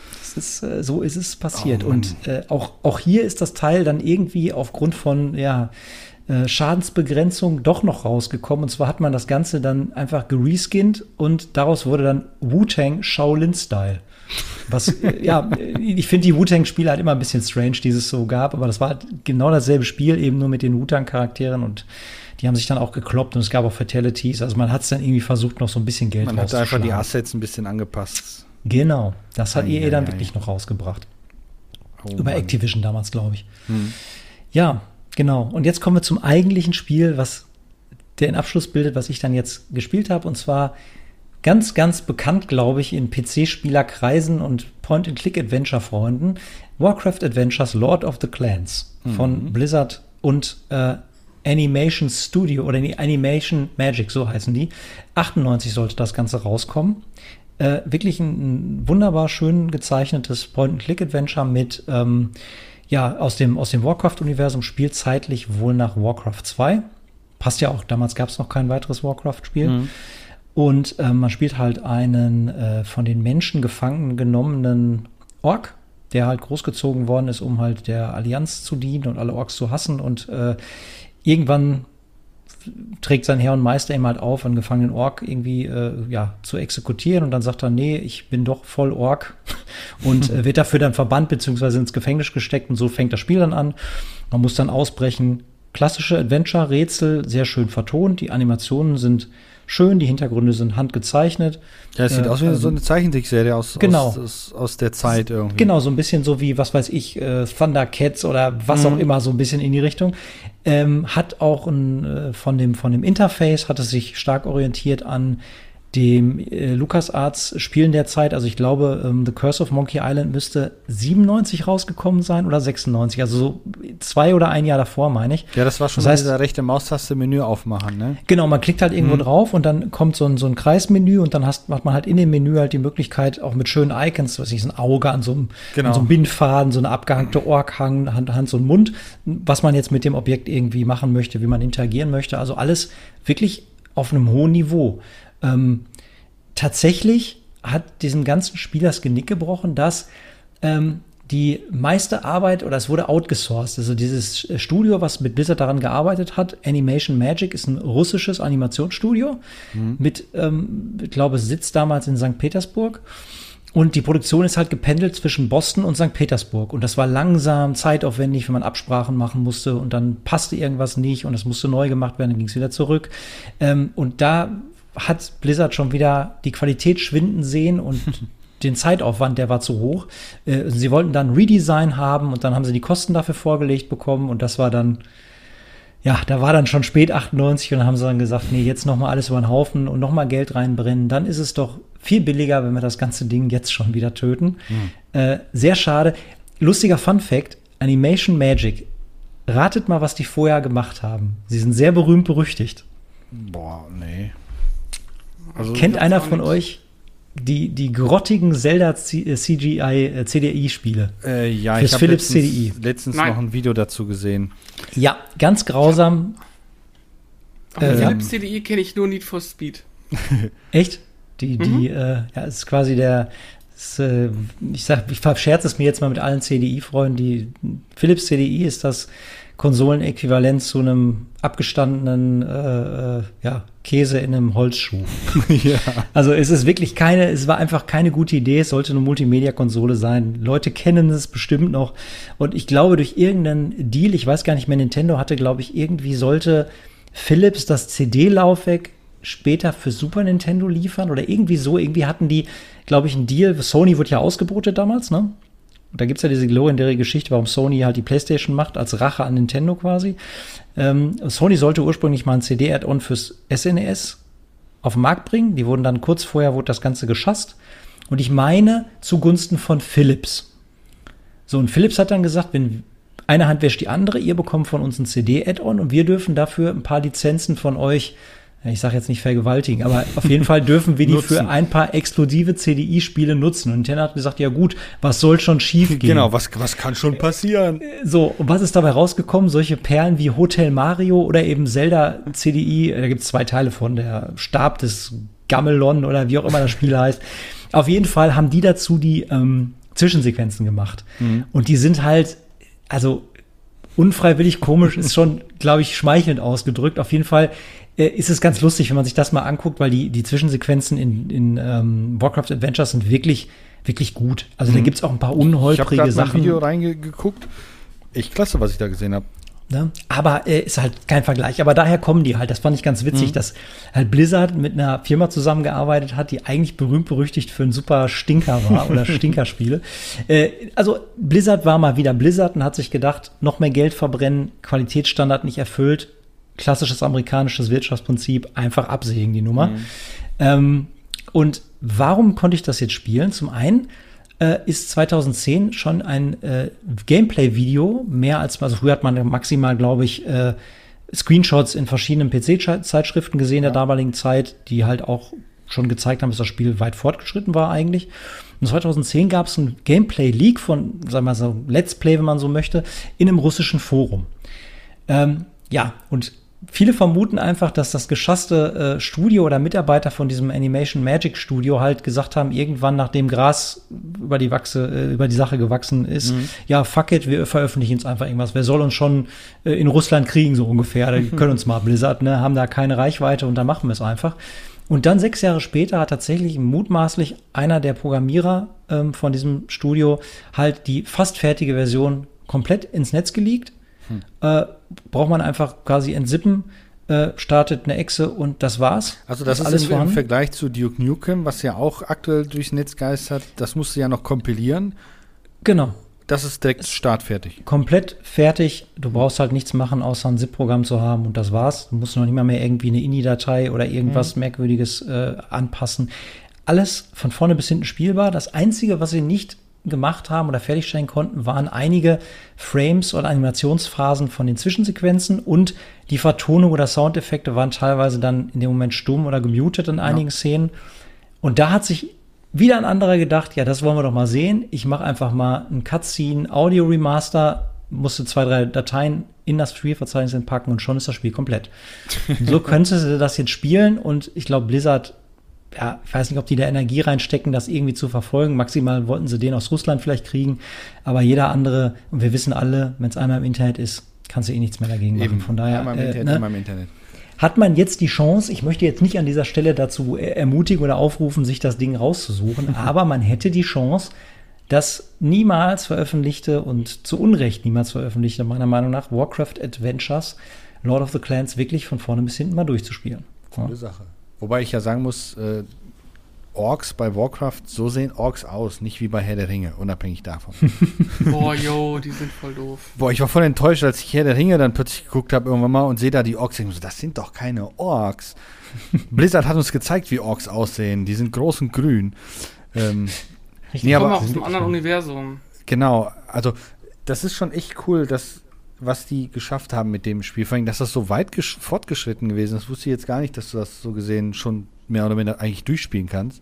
so ist es passiert. Und auch hier ist das Teil dann irgendwie aufgrund von Schadensbegrenzung doch noch rausgekommen. Und zwar hat man das Ganze dann einfach gereskinnt und daraus wurde dann Wu-Tang Shaolin-Style. Was, ja, ich finde die Wu-Tang-Spiele halt immer ein bisschen strange, die es so gab, aber das war halt genau dasselbe Spiel, eben nur mit den Wu-Tang-Charakteren und die haben sich dann auch gekloppt und es gab auch Fatalities. Also man hat es dann irgendwie versucht, noch so ein bisschen Geld Man hat einfach rauszuschlagen. die Assets ein bisschen angepasst. Genau, das hat EA dann ei. wirklich noch rausgebracht. Oh, Über Mann. Activision damals, glaube ich. Ja, genau. Und jetzt kommen wir zum eigentlichen Spiel, was den Abschluss bildet, was ich dann jetzt gespielt habe. Und zwar ganz, ganz bekannt, glaube ich, in PC-Spielerkreisen und Point-and-Click-Adventure-Freunden. Warcraft Adventures Lord of the Clans von Blizzard und Animation Studio oder nee, Animation Magic, so heißen die. 98 sollte das Ganze rauskommen. Wirklich ein wunderbar schön gezeichnetes Point-and-Click-Adventure mit aus dem Warcraft-Universum, spielt zeitlich wohl nach Warcraft 2. Passt ja auch, damals gab es noch kein weiteres Warcraft-Spiel. Und man spielt halt einen von den Menschen gefangen genommenen Ork, der halt großgezogen worden ist, um halt der Allianz zu dienen und alle Orks zu hassen. Und irgendwann trägt sein Herr und Meister ihm halt auf, einen gefangenen Ork irgendwie zu exekutieren. Und dann sagt er, nee, ich bin doch voll Ork. Und wird dafür dann verbannt bzw. ins Gefängnis gesteckt. Und so fängt das Spiel dann an. Man muss dann ausbrechen. Klassische Adventure-Rätsel, sehr schön vertont. Die Animationen sind schön, die Hintergründe sind handgezeichnet. Ja, es sieht aus wie so eine Zeichentrickserie aus der Zeit irgendwie. Genau, so ein bisschen so wie, was weiß ich, Thundercats oder was auch immer, so ein bisschen in die Richtung. Hat auch von dem Interface, hat es sich stark orientiert an dem LucasArts Spielen der Zeit. Also ich glaube, The Curse of Monkey Island müsste 97 rausgekommen sein oder 96. Also so 2 oder ein Jahr davor, meine ich. Ja, das war schon dieser rechte Maustaste Menü aufmachen, ne? Genau, man klickt halt irgendwo drauf und dann kommt so ein Kreismenü und dann hat man halt in dem Menü halt die Möglichkeit, auch mit schönen Icons, was ich, so ein Auge an so einem Bindfaden, so eine abgehangte Orkhang, Hand, so ein Mund, was man jetzt mit dem Objekt irgendwie machen möchte, wie man interagieren möchte. Also alles wirklich auf einem hohen Niveau. Tatsächlich hat diesem ganzen Spiel das Genick gebrochen, dass die meiste Arbeit, oder es wurde outgesourced, also dieses Studio, was mit Blizzard daran gearbeitet hat, Animation Magic, ist ein russisches Animationsstudio mit, ich glaube, Sitz damals in St. Petersburg. Und die Produktion ist halt gependelt zwischen Boston und St. Petersburg. Und das war langsam, zeitaufwendig, wenn man Absprachen machen musste und dann passte irgendwas nicht und es musste neu gemacht werden, dann ging es wieder zurück. Und da hat Blizzard schon wieder die Qualität schwinden sehen und den Zeitaufwand, der war zu hoch. Sie wollten dann Redesign haben und dann haben sie die Kosten dafür vorgelegt bekommen und das war dann, ja, da war dann schon spät 98 und dann haben sie dann gesagt, nee, jetzt nochmal alles über den Haufen und nochmal Geld reinbrennen. Dann ist es doch viel billiger, wenn wir das ganze Ding jetzt schon wieder töten. Sehr schade. Lustiger Fun-Fact, Animation Magic. Ratet mal, was die vorher gemacht haben. Sie sind sehr berühmt berüchtigt. Boah, nee. Also, kennt einer von euch die grottigen Zelda CGI CDI-Spiele? Ja, fürs ich habe Philips CDI. letztens noch ein Video dazu gesehen. Ja, ganz grausam. Aber Philips CDI kenne ich nur Need for Speed. Echt? Es ist quasi ich verscherze es mir jetzt mal mit allen CDI-Freunden, die Philips CDI ist das Konsolenäquivalent zu einem abgestandenen Käse in einem Holzschuh. Ja. Also es ist wirklich es war einfach keine gute Idee, es sollte eine Multimedia-Konsole sein. Leute kennen es bestimmt noch. Und ich glaube, durch irgendeinen Deal, ich weiß gar nicht mehr, Nintendo hatte, glaube ich, irgendwie sollte Philips das CD-Laufwerk später für Super Nintendo liefern oder irgendwie so. Irgendwie hatten die, glaube ich, einen Deal. Sony wurde ja ausgebotet damals, ne? Und da gibt's ja diese legendäre Geschichte, warum Sony halt die PlayStation macht, als Rache an Nintendo quasi. Sony sollte ursprünglich mal ein CD-Add-on fürs SNES auf den Markt bringen. Die wurden dann kurz vorher, wurde das Ganze geschasst. Und ich meine, zugunsten von Philips. So, und Philips hat dann gesagt, wenn eine Hand wäscht die andere, ihr bekommt von uns ein CD-Add-on und wir dürfen dafür ein paar Lizenzen von euch, ich sage jetzt nicht vergewaltigen, aber auf jeden Fall dürfen wir die für ein paar exklusive CDI-Spiele nutzen. Und Nintendo hat gesagt, ja gut, was soll schon schief gehen? Genau, was kann schon passieren? So, und was ist dabei rausgekommen? Solche Perlen wie Hotel Mario oder eben Zelda CDI, da gibt es 2 Teile von, der Stab des Gamelon oder wie auch immer das Spiel heißt. Auf jeden Fall haben die dazu die Zwischensequenzen gemacht. Und die sind halt, also unfreiwillig komisch ist schon, glaube ich, schmeichelnd ausgedrückt. Auf jeden Fall ist es ganz lustig, wenn man sich das mal anguckt, weil die Zwischensequenzen in Warcraft Adventures sind wirklich, wirklich gut. Also da gibt's auch ein paar unholprige Sachen. Ich habe gerade ein Video reingeguckt. Echt klasse, was ich da gesehen habe. Ne? Aber ist halt kein Vergleich. Aber daher kommen die halt. Das fand ich ganz witzig, dass halt Blizzard mit einer Firma zusammengearbeitet hat, die eigentlich berühmt-berüchtigt für einen super Stinker war oder Stinkerspiele. Also Blizzard war mal wieder Blizzard und hat sich gedacht, noch mehr Geld verbrennen, Qualitätsstandard nicht erfüllt, klassisches amerikanisches Wirtschaftsprinzip, einfach absägen die Nummer. Und warum konnte ich das jetzt spielen? Zum einen ist 2010 schon ein Gameplay-Video, also früher hat man maximal, glaube ich, Screenshots in verschiedenen PC-Zeitschriften gesehen der damaligen Zeit, die halt auch schon gezeigt haben, dass das Spiel weit fortgeschritten war eigentlich. Und 2010 gab es ein Gameplay-Leak von, sagen wir mal so, Let's Play, wenn man so möchte, in einem russischen Forum. Und viele vermuten einfach, dass das geschasste Studio oder Mitarbeiter von diesem Animation Magic Studio halt gesagt haben, irgendwann, nachdem Gras über die Sache gewachsen ist, ja, fuck it, wir veröffentlichen jetzt einfach irgendwas. Wer soll uns schon in Russland kriegen, so ungefähr? Die können uns mal Blizzard, ne, haben da keine Reichweite und da machen wir es einfach. Und dann 6 Jahre später hat tatsächlich mutmaßlich einer der Programmierer von diesem Studio halt die fast fertige Version komplett ins Netz geleakt. Braucht man einfach quasi entsippen, startet eine Exe und das war's. Also das ist alles im Vergleich zu Duke Nukem, was ja auch aktuell durchs Netz geistert, das musst du ja noch kompilieren. Genau. Das ist direkt startfertig. Komplett fertig. Du brauchst halt nichts machen, außer ein ZIP-Programm zu haben und das war's. Du musst noch nicht mal mehr irgendwie eine INI-Datei oder irgendwas Merkwürdiges anpassen. Alles von vorne bis hinten spielbar. Das Einzige, was sie nicht gemacht haben oder fertigstellen konnten, waren einige Frames oder Animationsphasen von den Zwischensequenzen und die Vertonung oder Soundeffekte waren teilweise dann in dem Moment stumm oder gemutet in einigen Szenen. Und da hat sich wieder ein anderer gedacht, ja, das wollen wir doch mal sehen. Ich mache einfach mal ein Cutscene, Audio-Remaster, musste 2, 3 Dateien in das Spielverzeichnis entpacken und schon ist das Spiel komplett. So könnte sie das jetzt spielen und ich glaube, Blizzard, ja, ich weiß nicht, ob die da Energie reinstecken, das irgendwie zu verfolgen. Maximal wollten sie den aus Russland vielleicht kriegen. Aber jeder andere, und wir wissen alle, wenn es einmal im Internet ist, kannst du nichts mehr dagegen machen. Von daher immer im Internet. Hat man jetzt die Chance, ich möchte jetzt nicht an dieser Stelle dazu ermutigen oder aufrufen, sich das Ding rauszusuchen, aber man hätte die Chance, das niemals veröffentlichte und zu Unrecht niemals veröffentlichte, meiner Meinung nach, Warcraft Adventures, Lord of the Clans wirklich von vorne bis hinten mal durchzuspielen. Coole Sache. Wobei ich ja sagen muss, Orks bei Warcraft, so sehen Orks aus, nicht wie bei Herr der Ringe, unabhängig davon. Boah, yo, die sind voll doof. Boah, ich war voll enttäuscht, als ich Herr der Ringe dann plötzlich geguckt habe irgendwann mal und sehe da die Orks. Ich so, das sind doch keine Orks. Blizzard hat uns gezeigt, wie Orks aussehen. Die sind groß und grün. Die kommen aus einem anderen Universum. Genau, also das ist schon echt cool, was die geschafft haben mit dem Spiel. Vor allem, dass das so weit fortgeschritten gewesen ist, wusste ich jetzt gar nicht, dass du das so gesehen schon mehr oder minder eigentlich durchspielen kannst.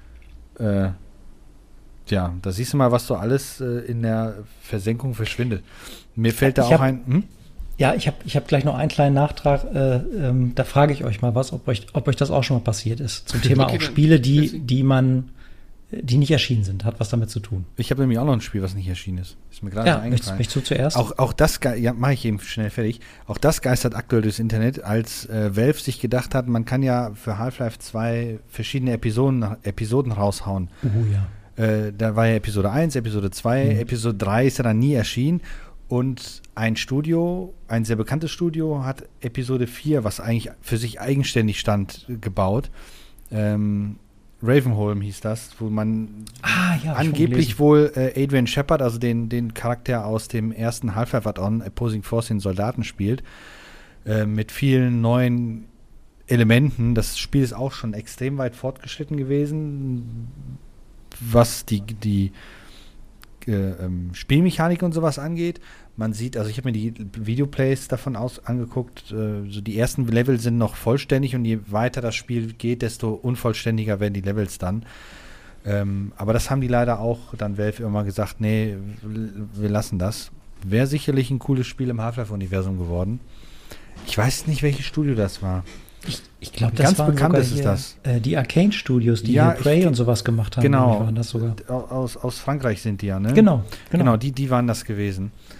Ja, da siehst du mal, was so alles in der Versenkung verschwindet. Mir fällt da auch ein... Ja, ich hab gleich noch einen kleinen Nachtrag. Da frage ich euch mal was, ob euch das auch schon mal passiert ist. Zum Thema auch Spiele, die nicht erschienen sind, hat was damit zu tun. Ich habe nämlich auch noch ein Spiel, was nicht erschienen ist. Ist mir gerade eingefallen. Möchtest du zuerst? Auch das, mache ich eben schnell fertig. Auch das geistert aktuell durchs Internet, als Valve sich gedacht hat, man kann ja für Half-Life 2 verschiedene Episoden raushauen. Ja. Da war ja Episode 1, Episode 2, Episode 3 ist ja dann nie erschienen. Und ein sehr bekanntes Studio, hat Episode 4, was eigentlich für sich eigenständig stand, gebaut. Ravenholm hieß das, wo man angeblich wohl Adrian Shepard, also den Charakter aus dem ersten Half-Life Add-on, Opposing Force, den Soldaten spielt, mit vielen neuen Elementen. Das Spiel ist auch schon extrem weit fortgeschritten gewesen, was die Spielmechanik und sowas angeht. Man sieht, also ich habe mir die Videoplays davon angeguckt, so die ersten Level sind noch vollständig und je weiter das Spiel geht, desto unvollständiger werden die Levels dann. Aber das haben die leider auch dann Valve immer gesagt, nee, wir lassen das. Wäre sicherlich ein cooles Spiel im Half-Life-Universum geworden. Ich weiß nicht, welches Studio das war. Ich glaube, das war bekannt ist das. Die Arcane Studios, die hier Prey und sowas gemacht haben. Genau. Waren das sogar. Aus Frankreich sind die ja, ne? Genau. Die waren das gewesen.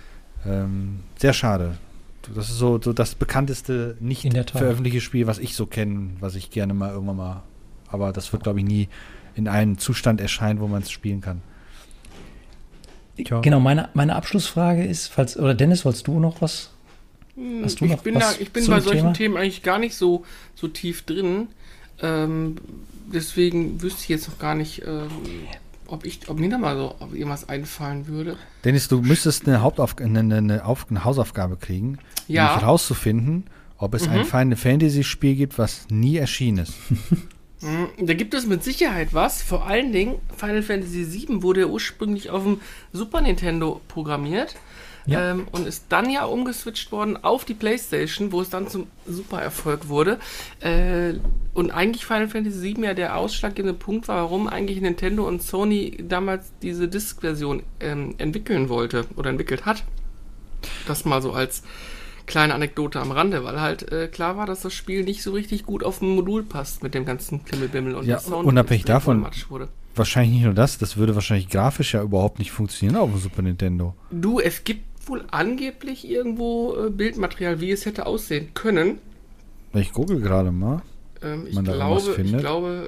Sehr schade. Das ist so das bekannteste nicht In der Tat. veröffentlichte Spiel, was ich so kenne, was ich gerne mal irgendwann mal. Aber das wird, glaube ich, nie in einem Zustand erscheinen, wo man es spielen kann. Tja. Genau, meine Abschlussfrage ist, oder Dennis, wolltest du noch was? Hast du Ich noch bin was bei zum solchen Thema? Themen eigentlich gar nicht so tief drin. Deswegen wüsste ich jetzt noch gar nicht, ob mir da mal so irgendwas einfallen würde. Dennis, du müsstest eine Hausaufgabe kriegen, Ja. nämlich herauszufinden, ob es ein Final Fantasy Spiel gibt, was nie erschienen ist. Da gibt es mit Sicherheit was. Vor allen Dingen, Final Fantasy VII wurde ja ursprünglich auf dem Super Nintendo programmiert. Ja. Und ist dann ja umgeswitcht worden auf die PlayStation, wo es dann zum Super-Erfolg wurde. Und eigentlich Final Fantasy VII ja der ausschlaggebende Punkt war, warum eigentlich Nintendo und Sony damals diese Disk-Version entwickeln wollte oder entwickelt hat. Das mal so als kleine Anekdote am Rande, weil halt klar war, dass das Spiel nicht so richtig gut auf ein Modul passt mit dem ganzen Klimmelbimmel und Ja, der Sound unabhängig davon, Matsch wurde. wahrscheinlich nicht nur das würde wahrscheinlich grafisch ja überhaupt nicht funktionieren auf dem Super Nintendo. Du, es gibt wohl angeblich irgendwo Bildmaterial, wie es hätte aussehen können. Ich google gerade mal. Ich Man da irgendwas glaube, findet?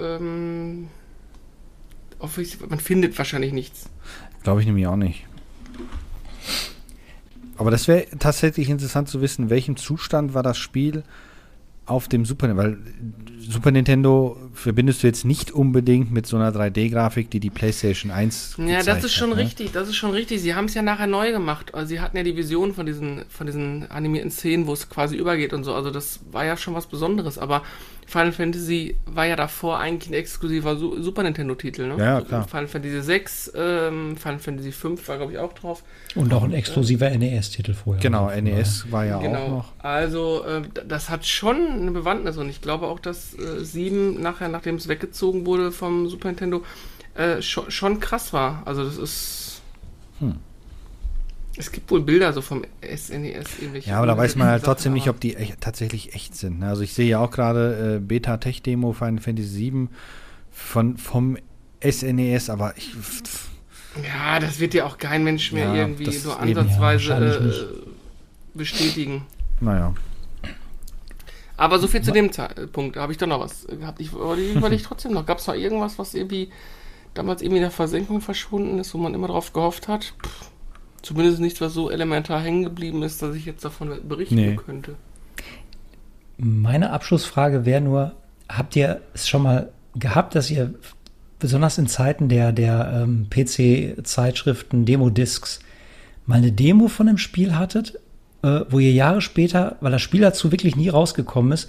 man findet wahrscheinlich nichts. Glaube ich nämlich auch nicht. Aber das wäre tatsächlich interessant zu wissen, in welchem Zustand war das Spiel auf dem Super Nintendo, weil Super Nintendo verbindest du jetzt nicht unbedingt mit so einer 3D-Grafik, die PlayStation 1 Ja, das ist schon hat, ne? richtig, das ist schon richtig. Sie haben es ja nachher neu gemacht. Also sie hatten ja die Vision von diesen animierten Szenen, wo es quasi übergeht und so. Also das war ja schon was Besonderes. Aber Final Fantasy war ja davor eigentlich ein exklusiver Super Nintendo-Titel, ne? Ja, klar. Final Fantasy 6, Final Fantasy 5 war, glaube ich, auch drauf. Und auch ein exklusiver NES-Titel vorher. Genau, Also, NES war ja auch Genau, noch. also das hat schon eine Bewandtnis und ich glaube auch, dass 7 nachher, nachdem es weggezogen wurde vom Super Nintendo, schon krass war. Also das ist... Es gibt wohl Bilder so vom SNES ähnlich. Ja, aber da weiß man halt trotzdem nicht, ob die tatsächlich echt sind. Ne? Also ich sehe ja auch gerade Beta-Tech-Demo Final Fantasy 7 vom SNES, aber Ja, das wird ja auch kein Mensch mehr Ja, irgendwie das nur eben, ja, wahrscheinlich ansatzweise nicht. bestätigen. naja. Aber so viel zu dem Zeitpunkt. Da habe ich doch noch was gehabt. Ich überlege trotzdem noch. Gab es noch irgendwas, was irgendwie damals irgendwie in der Versenkung verschwunden ist, wo man immer drauf gehofft hat? Zumindest nichts, was so elementar hängen geblieben ist, dass ich jetzt davon berichten könnte. Meine Abschlussfrage wäre nur, habt ihr es schon mal gehabt, dass ihr besonders in Zeiten der PC-Zeitschriften, Demo-Discs, mal eine Demo von einem Spiel hattet, wo ihr Jahre später, weil das Spiel dazu wirklich nie rausgekommen ist,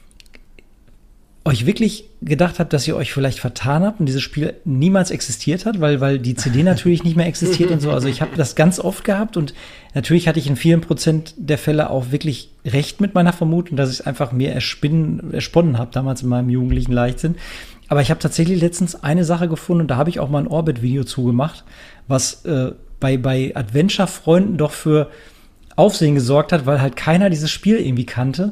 euch wirklich gedacht habt, dass ihr euch vielleicht vertan habt und dieses Spiel niemals existiert hat, weil die CD natürlich nicht mehr existiert und so. Also ich habe das ganz oft gehabt und natürlich hatte ich in vielen Prozent der Fälle auch wirklich recht mit meiner Vermutung, dass ich es einfach mir ersponnen habe, damals in meinem jugendlichen Leichtsinn. Aber ich habe tatsächlich letztens eine Sache gefunden und da habe ich auch mal ein Orbit-Video zugemacht, was bei Adventure-Freunden doch für Aufsehen gesorgt hat, weil halt keiner dieses Spiel irgendwie kannte.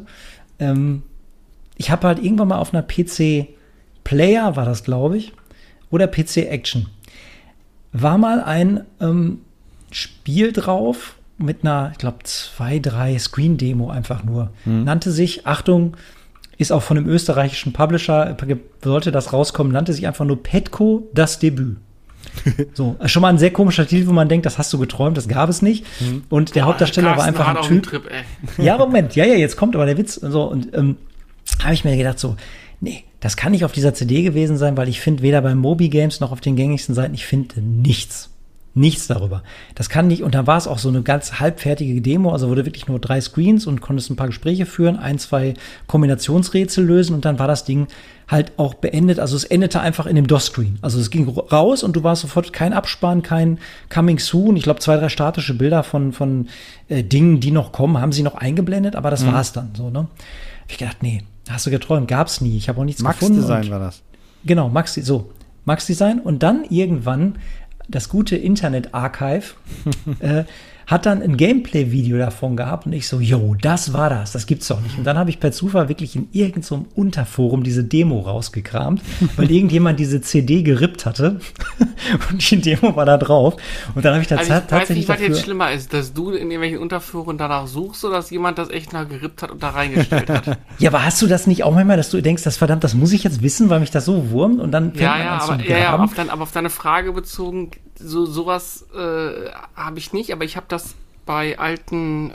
Ich habe halt irgendwann mal auf einer PC Player, war das, glaube ich, oder PC Action, war mal ein Spiel drauf mit einer, ich glaube, 2-3 Screen-Demo einfach nur. Nannte sich, Achtung, ist auch von einem österreichischen Publisher, sollte das rauskommen, nannte sich einfach nur Petco, das Debüt. So, schon mal ein sehr komischer Titel, wo man denkt, das hast du geträumt, das gab es nicht. Und der Hauptdarsteller war einfach ein Typ. Trip, ey. Ja, Moment, ja, jetzt kommt aber der Witz. Und so, und habe ich mir gedacht, so, nee, das kann nicht auf dieser CD gewesen sein, weil ich finde weder bei Moby Games noch auf den gängigsten Seiten, ich finde nichts. Nichts darüber. Das kann nicht, und da war es auch so eine ganz halbfertige Demo, also wurde wirklich nur 3 Screens und konntest ein paar Gespräche führen, 1-2 Kombinationsrätsel lösen und dann war das Ding halt auch beendet. Also es endete einfach in dem DOS-Screen. Also es ging raus und du warst sofort kein Abspann, kein Coming Soon. Ich glaube, 2-3 statische Bilder von Dingen, die noch kommen, haben sie noch eingeblendet, aber das war's dann so, ne? Hab ich gedacht, nee, hast du geträumt, gab's nie. Ich habe auch nichts gefunden. Max-Design war das. Genau, Max-Design und dann irgendwann das gute Internet-Archive hat dann ein Gameplay-Video davon gehabt und ich so, yo, das war das gibt's doch nicht. Und dann habe ich per Zufall wirklich in irgendeinem so Unterforum diese Demo rausgekramt, weil irgendjemand diese CD gerippt hatte und die Demo war da drauf. Und dann habe ich da Also ich weiß tatsächlich nicht, was jetzt dafür... schlimmer ist, dass du in irgendwelchen Unterforen danach suchst oder dass jemand das echt nach gerippt hat und da reingestellt hat. Ja, aber hast du das nicht auch manchmal, dass du denkst, das muss ich jetzt wissen, weil mich das so wurmt und dann fängt man an zu graben? Aber auf deine Frage bezogen, sowas habe ich nicht, aber ich habe das bei alten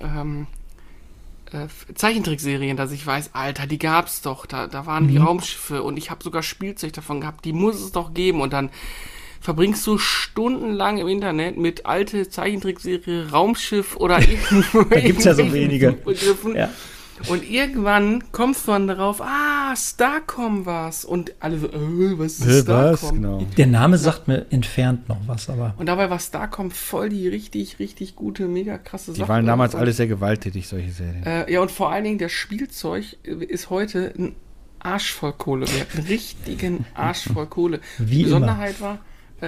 Zeichentrickserien, dass ich weiß, Alter, die gab's doch, da waren die Raumschiffe und ich habe sogar Spielzeug davon gehabt, die muss es doch geben und dann verbringst du stundenlang im Internet mit alte Zeichentrickserie, Raumschiff oder irgendwo Da gibt's ja so wenige. Begriffen. Ja. Und irgendwann kommst du dann darauf, Starcom war's. Und alle so, was ist Starcom? Genau. Der Name sagt mir entfernt noch was, aber... Und dabei war Starcom voll die richtig, richtig gute, mega krasse Sache. Die waren damals alle sehr gewalttätig, solche Serien. Ja, und vor allen Dingen, das Spielzeug ist heute ein Arsch voll Kohle wert. Einen richtigen Arsch voll Kohle. Wie Die Besonderheit war,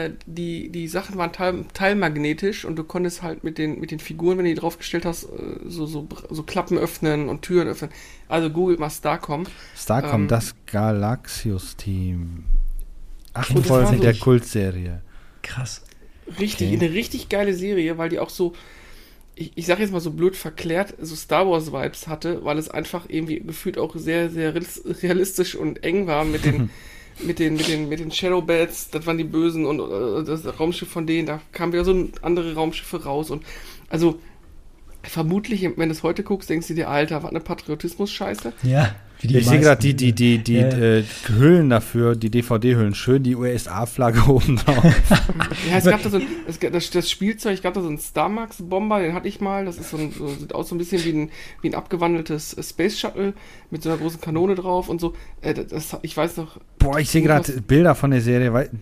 die Sachen waren teilmagnetisch und du konntest halt mit den Figuren, wenn du die draufgestellt hast, so Klappen öffnen und Türen öffnen. Also googelt mal Starcom. Starcom, das Galaxius-Team. das 8 war Folgen so- der Kultserie. Krass. Richtig, eine richtig geile Serie, weil die auch so, ich sag jetzt mal so blöd verklärt, so Star Wars Vibes hatte, weil es einfach irgendwie gefühlt auch sehr, sehr realistisch und eng war mit den mit den Shadowbats, das waren die Bösen und das Raumschiff von denen, da kamen wieder so andere Raumschiffe raus und also vermutlich, wenn du es heute guckst, denkst du dir, Alter, was eine Patriotismus-Scheiße. Ja. wie die Ich sehe gerade meisten. die Hüllen dafür, die DVD-Hüllen, schön die USA-Flagge oben drauf. Ja, es gab da das Spielzeug, ich gab da so einen Star Max-Bomber, den hatte ich mal, das ist sieht aus so ein bisschen wie ein abgewandeltes Space Shuttle mit so einer großen Kanone drauf und so. Ich weiß noch. Boah, ich sehe gerade Bilder von der Serie, weil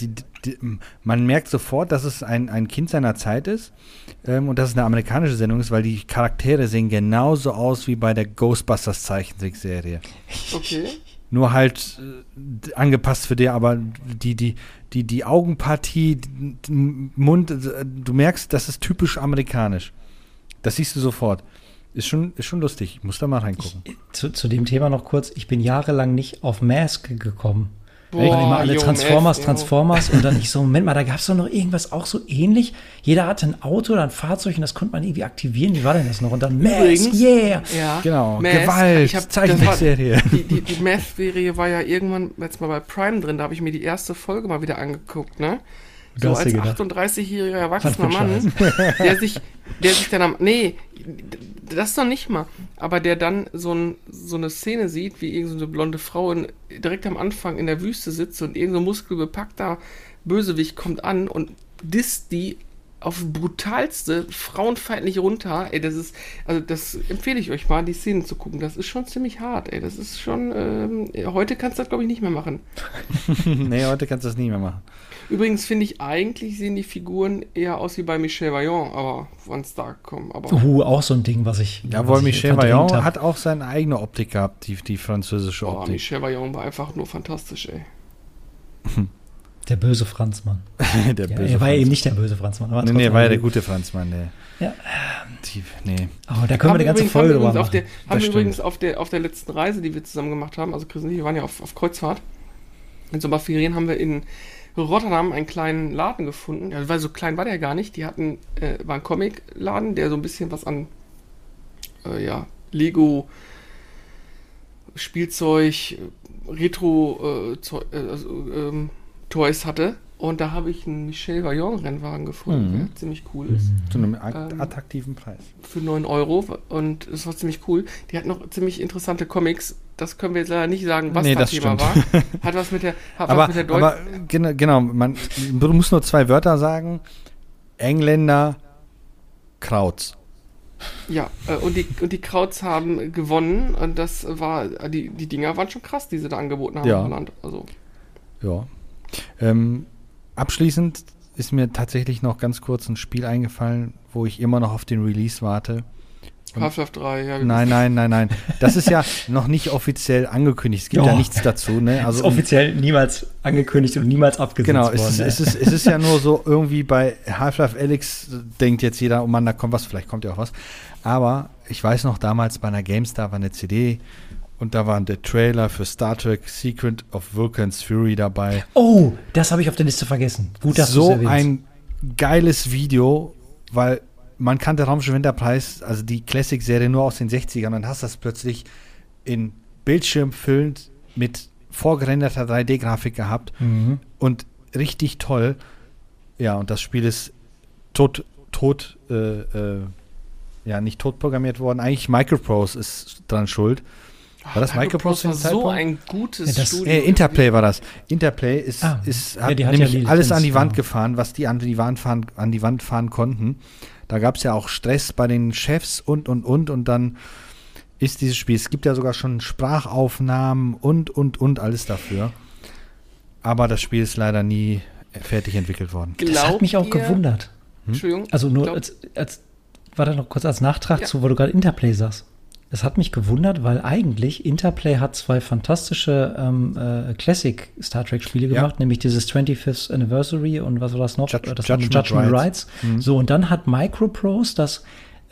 man merkt sofort, dass es ein Kind seiner Zeit ist und dass es eine amerikanische Sendung ist, weil die Charaktere sehen genauso aus wie bei der Ghostbusters Zeichentrickserie. Okay. Nur halt angepasst für dich, aber die Augenpartie, Mund, du merkst, das ist typisch amerikanisch. Das siehst du sofort. Ist schon lustig. Ich muss da mal reingucken. Zu dem Thema noch kurz. Ich bin jahrelang nicht auf Mask gekommen. Boah, Weil immer alle yo, Transformers und dann ich so, Moment mal, da gab es doch noch irgendwas auch so ähnlich. Jeder hatte ein Auto oder ein Fahrzeug und das konnte man irgendwie aktivieren. Wie war denn das noch? Und dann Mask, Übrigens, yeah! Ja, Genau, Mask, Gewalt, Zeichentrickserie. Die Math-Serie war ja irgendwann jetzt mal bei Prime drin, da habe ich mir die erste Folge mal wieder angeguckt, ne? Du So hast als dir gedacht, 38-jähriger was erwachsener für ein Mann, der sich dann das noch nicht mal, aber der dann so eine Szene sieht, wie irgendeine blonde Frau direkt am Anfang in der Wüste sitzt und irgendein muskelbepackter Bösewicht kommt an und disst die auf brutalste frauenfeindlich runter. Ey, das empfehle ich euch mal, die Szenen zu gucken. Das ist schon ziemlich hart, ey. Das ist schon, heute kannst du das, glaube ich, nicht mehr machen. Nee, heute kannst du das nicht mehr machen. Übrigens finde ich, eigentlich sehen die Figuren eher aus wie bei Michel Vaillant, aber von Starcom. Aber auch so ein Ding, was ich Jawohl, was ich Michel verdrängt Vaillant hab. hat auch seine eigene Optik gehabt, die französische Optik. Michel Vaillant war einfach nur fantastisch, ey. Der böse Franzmann. Der Ja, böse er war ja Franz. eben nicht der böse Franzmann. Aber Nee, trotzdem war ja der gut. gute Franzmann, der. Ja. Nee. Oh, da können wir eine ganze Folge drüber machen. Haben wir Das übrigens auf der letzten Reise, die wir zusammen gemacht haben, also Chris und ich, wir waren ja auf Kreuzfahrt. In Sommerferien haben wir in Rotterdam einen kleinen Laden gefunden. Ja, weil so klein war der gar nicht. Die hatten, war ein Comicladen, der so ein bisschen was an Lego Spielzeug, Retro Toys hatte. Und da habe ich einen Michel Vaillant Rennwagen gefunden, der ziemlich cool ist. Zu einem attraktiven Preis. Für 9 Euro und es war ziemlich cool. Die hat noch ziemlich interessante Comics. Das können wir jetzt leider nicht sagen, was Nee, das das Thema stimmt. war. Hat was mit der Aber genau, du musst nur 2 Wörter sagen. Engländer, Krauts. Ja, und die Krauts haben gewonnen und das war, die Dinger waren schon krass, die sie da angeboten haben Ja. im Holland. Also, Ja. Abschließend ist mir tatsächlich noch ganz kurz ein Spiel eingefallen, wo ich immer noch auf den Release warte. Half-Life 3, ja. Nein. Das ist ja noch nicht offiziell angekündigt. Es gibt ja nichts dazu. Ne? Also ist offiziell niemals angekündigt und niemals abgesetzt genau, worden. Es ist ja nur so irgendwie bei Half-Life Alyx denkt jetzt jeder, oh Mann, da kommt was, vielleicht kommt ja auch was. Aber ich weiß noch, damals bei einer GameStar war eine CD und da war der Trailer für Star Trek Secret of Vulcan's Fury dabei. Oh, das habe ich auf der Liste vergessen. Gut, dass so du es erwähnst. ein geiles Video, weil man kannte Raumschiff Enterprise, also die Classic-Serie nur aus den 60ern und dann hast du das plötzlich in Bildschirm füllend mit vorgerenderter 3D-Grafik gehabt und richtig toll. Ja, und das Spiel ist nicht tot programmiert worden. Eigentlich Microprose ist dran schuld. War das Microprose war so ein gutes Studio. Interplay war das. Interplay hat nämlich alles an die Wand gefahren, was die an die Wand fahren konnten. Da gab es ja auch Stress bei den Chefs und dann ist dieses Spiel. Es gibt ja sogar schon Sprachaufnahmen und alles dafür. Aber das Spiel ist leider nie fertig entwickelt worden. Das hat mich auch gewundert. Entschuldigung. Also nur warte noch kurz als Nachtrag zu, wo du gerade Interplay sagst. Es hat mich gewundert, weil eigentlich Interplay hat 2 fantastische Classic Star Trek Spiele gemacht, nämlich dieses 25th Anniversary und was war das noch? Judgment Rights. So, und dann hat Microprose das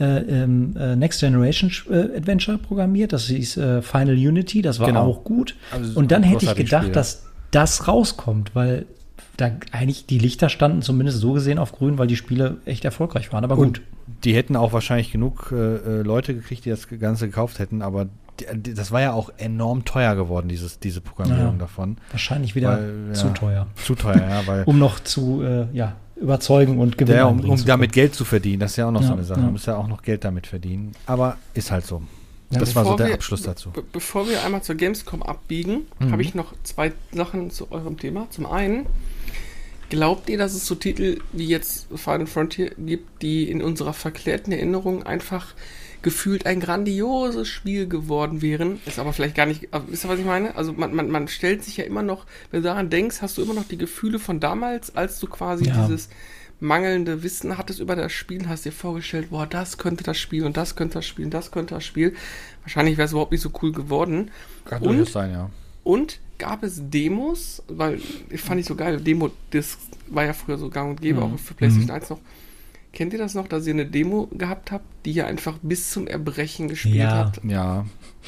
Next Generation Adventure programmiert, das hieß Final Unity, das war auch gut. Also und dann hätte ich gedacht, dass das rauskommt, weil da eigentlich die Lichter standen zumindest so gesehen auf grün, weil die Spiele echt erfolgreich waren, aber gut. Die hätten auch wahrscheinlich genug Leute gekriegt, die das Ganze gekauft hätten, aber das war ja auch enorm teuer geworden, diese Programmierung davon. Wahrscheinlich wieder zu teuer. Zu teuer, ja. Weil um noch zu überzeugen und gewinnen. Um damit Geld zu verdienen, das ist ja auch noch so eine Sache. Man muss ja auch noch Geld damit verdienen. Aber ist halt so. Ja, das war so der Abschluss dazu. Bevor wir einmal zur Gamescom abbiegen, habe ich noch 2 Sachen zu eurem Thema. Zum einen, glaubt ihr, dass es so Titel wie jetzt Final Frontier gibt, die in unserer verklärten Erinnerung einfach gefühlt ein grandioses Spiel geworden wären? Ist aber vielleicht gar nicht, wisst ihr, was ich meine? Also man stellt sich ja immer noch, wenn du daran denkst, hast du immer noch die Gefühle von damals, als du quasi dieses mangelnde Wissen hattest über das Spiel, hast dir vorgestellt, boah, das könnte das Spiel und das könnte das Spiel und das könnte das Spiel. Wahrscheinlich wäre es überhaupt nicht so cool geworden. Kann durchaus sein, ja. Und gab es Demos, weil fand ich so geil, Demo-Disc war ja früher so gang und gäbe, auch für PlayStation 1 noch. Kennt ihr das noch, dass ihr eine Demo gehabt habt, die ihr einfach bis zum Erbrechen gespielt habt? Ja.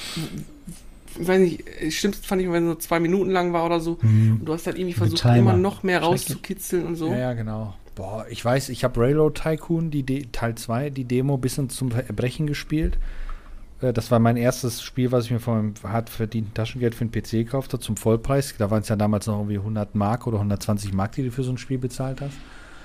Ich weiß nicht, schlimmst fand ich, wenn es so 2 Minuten lang war oder so. Und du hast halt irgendwie versucht, immer noch mehr rauszukitzeln und so. Ja, genau. Boah, ich weiß, ich habe Railroad Tycoon, Teil 2, die Demo bis zum Erbrechen gespielt. Das war mein erstes Spiel, was ich mir von hart verdienten Taschengeld für den PC gekauft habe, zum Vollpreis. Da waren es ja damals noch irgendwie 100 Mark oder 120 Mark, die du für so ein Spiel bezahlt hast.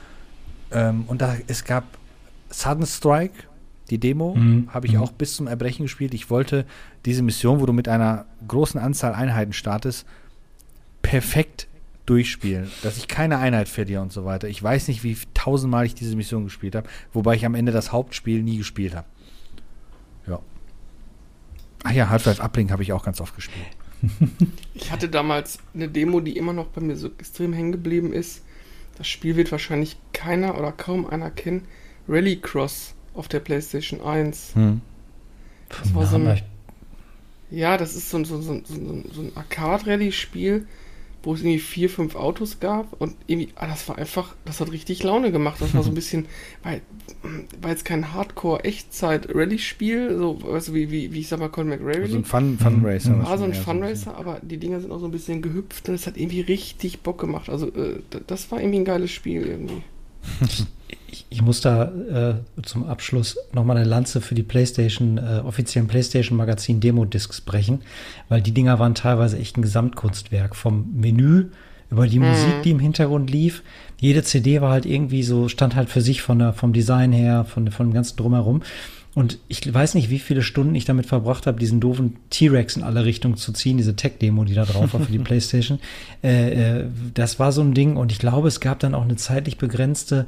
Und es gab Sudden Strike, die Demo, habe ich auch bis zum Erbrechen gespielt. Ich wollte diese Mission, wo du mit einer großen Anzahl Einheiten startest, perfekt durchspielen, dass ich keine Einheit verliere und so weiter. Ich weiß nicht, wie 1000-mal ich diese Mission gespielt habe, wobei ich am Ende das Hauptspiel nie gespielt habe. Ja. Ach ja, Half-Life Uplink habe ich auch ganz oft gespielt. Ich hatte damals eine Demo, die immer noch bei mir so extrem hängen geblieben ist. Das Spiel wird wahrscheinlich keiner oder kaum einer kennen. Rallycross auf der PlayStation 1. Das war so ein, das ist so ein Arcade-Rally-Spiel, wo es irgendwie 4, 5 Autos gab und irgendwie, das war einfach, das hat richtig Laune gemacht. Das war so ein bisschen, war jetzt kein Hardcore-Echtzeit-Rally-Spiel, so, also wie ich sag mal, Colin McRae. So ein Fun-Racer. War so ein Fun-Racer, aber die Dinger sind auch so ein bisschen gehüpft und es hat irgendwie richtig Bock gemacht. Also, das war irgendwie ein geiles Spiel irgendwie. Ich muss da zum Abschluss nochmal eine Lanze für die PlayStation, offiziellen PlayStation-Magazin Demo-Discs brechen, weil die Dinger waren teilweise echt ein Gesamtkunstwerk. Vom Menü über die Musik, die im Hintergrund lief. Jede CD war halt irgendwie so, stand halt für sich vom Design her, von dem ganzen Drumherum. Und ich weiß nicht, wie viele Stunden ich damit verbracht habe, diesen doofen T-Rex in alle Richtungen zu ziehen, diese Tech-Demo, die da drauf war für die PlayStation. Das war so ein Ding und ich glaube, es gab dann auch eine zeitlich begrenzte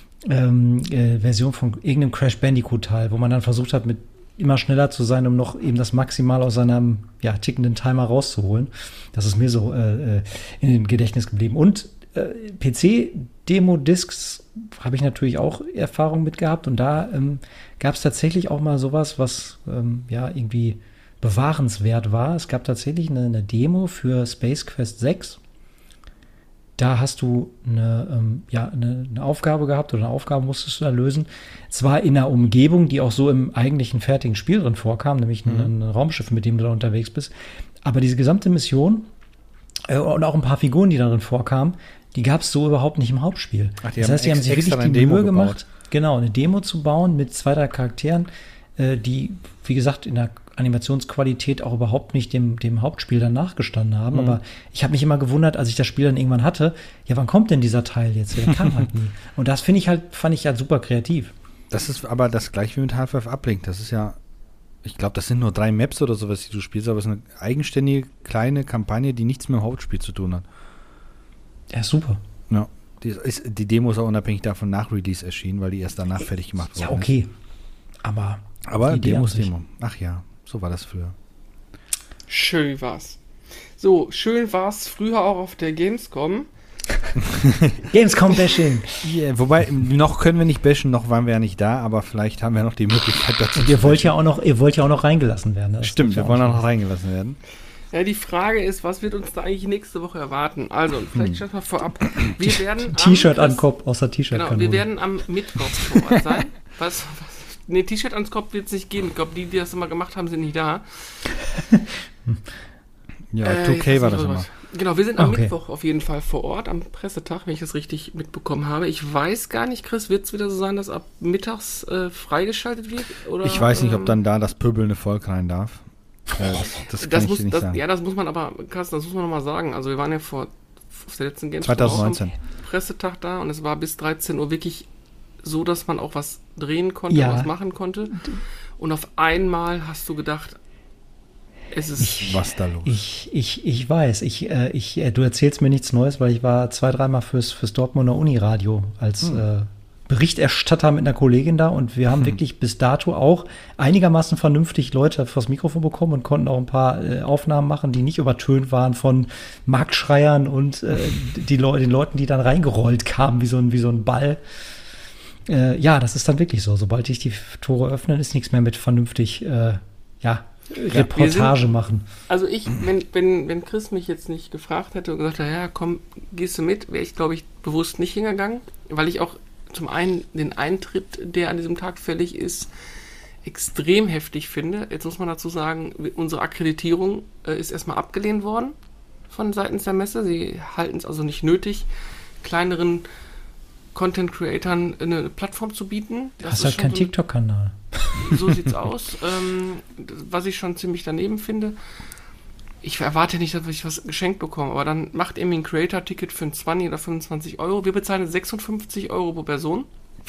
Version von irgendeinem Crash Bandicoot-Teil, wo man dann versucht hat, mit immer schneller zu sein, um noch eben das Maximal aus seinem tickenden Timer rauszuholen. Das ist mir so in den Gedächtnis geblieben. Und PC-Demo-Discs habe ich natürlich auch Erfahrung mit gehabt und da gab es tatsächlich auch mal sowas, was irgendwie bewahrenswert war. Es gab tatsächlich eine Demo für Space Quest 6. Da hast du eine Aufgabe gehabt oder eine Aufgabe musstest du da lösen. Zwar in einer Umgebung, die auch so im eigentlichen fertigen Spiel drin vorkam, nämlich ein Raumschiff, mit dem du da unterwegs bist. Aber diese gesamte Mission und auch ein paar Figuren, die darin vorkamen, die gab es so überhaupt nicht im Hauptspiel. Das heißt, die haben sich wirklich die Mühe gemacht, genau, eine Demo zu bauen mit 2, 3 Charakteren, die, wie gesagt, in der Animationsqualität auch überhaupt nicht dem Hauptspiel dann nachgestanden haben. Aber ich habe mich immer gewundert, als ich das Spiel dann irgendwann hatte, ja, wann kommt denn dieser Teil jetzt? Der kam halt nie. Und das fand ich halt super kreativ. Das ist aber das gleiche wie mit Half-Life Uplink. Das ist ja, ich glaube, das sind nur 3 Maps oder sowas, die du spielst, aber es ist eine eigenständige kleine Kampagne, die nichts mit dem Hauptspiel zu tun hat. Ja, super. Ja. Die Demo ist auch unabhängig davon nach Release erschienen, weil die erst danach fertig gemacht wurde. Ja, okay. Aber die Demo ist Demo. Ach ja, so war das früher. Schön war's. So, schön war's früher auch auf der Gamescom. Gamescom-Bashing. Yeah, wobei, noch können wir nicht bashen, noch waren wir ja nicht da, aber vielleicht haben wir noch die Möglichkeit dazu. Und ihr wollt ja auch noch reingelassen werden. Das stimmt, wir wollen auch noch reingelassen werden. Ja, die Frage ist, was wird uns da eigentlich nächste Woche erwarten? Also, vielleicht stellt mal vorab. Wir werden T-Shirt an Kopf, außer T-Shirt. Genau, wir werden am Mittwoch vor Ort sein. Nee, T-Shirt ans Kopf wird es nicht geben. Ich glaube, die das immer gemacht haben, sind nicht da. Ja, 2K war das immer. Genau, wir sind am Mittwoch auf jeden Fall vor Ort, am Pressetag, wenn ich das richtig mitbekommen habe. Ich weiß gar nicht, Chris, wird es wieder so sein, dass ab mittags freigeschaltet wird? Oder, ich weiß nicht, ob dann da das pöbelnde Volk rein darf. Das kann ich dir nicht sagen. Ja, das muss man aber, Carsten, das muss man nochmal sagen. Also wir waren ja auf der letzten Gamescom 2019 am Pressetag da und es war bis 13 Uhr wirklich so, dass man auch was drehen konnte, was machen konnte. Und auf einmal hast du gedacht, es ist... Was da los? Ich weiß. Du erzählst mir nichts Neues, weil ich war 2-3 Mal fürs Dortmunder Uniradio als Berichterstatter mit einer Kollegin da und wir haben wirklich bis dato auch einigermaßen vernünftig Leute vors Mikrofon bekommen und konnten auch ein paar Aufnahmen machen, die nicht übertönt waren von Marktschreiern und den Leuten, die dann reingerollt kamen, wie so ein Ball. Ja, das ist dann wirklich so. Sobald ich die Tore öffne, ist nichts mehr mit vernünftig Reportage machen. Also wenn Chris mich jetzt nicht gefragt hätte und gesagt hätte, ja komm, gehst du mit, wäre ich, glaube ich, bewusst nicht hingegangen, weil ich auch zum einen den Eintritt, der an diesem Tag fällig ist, extrem heftig finde. Jetzt muss man dazu sagen, unsere Akkreditierung ist erstmal abgelehnt worden von seitens der Messe. Sie halten es also nicht nötig, kleineren Content-Creatern eine Plattform zu bieten. Das hast halt keinen TikTok-Kanal. So sieht's aus. Was ich schon ziemlich daneben finde. Ich erwarte nicht, dass ich was geschenkt bekomme, aber dann macht irgendwie ein Creator-Ticket für 20 oder 25 Euro. Wir bezahlen 56 Euro pro Person.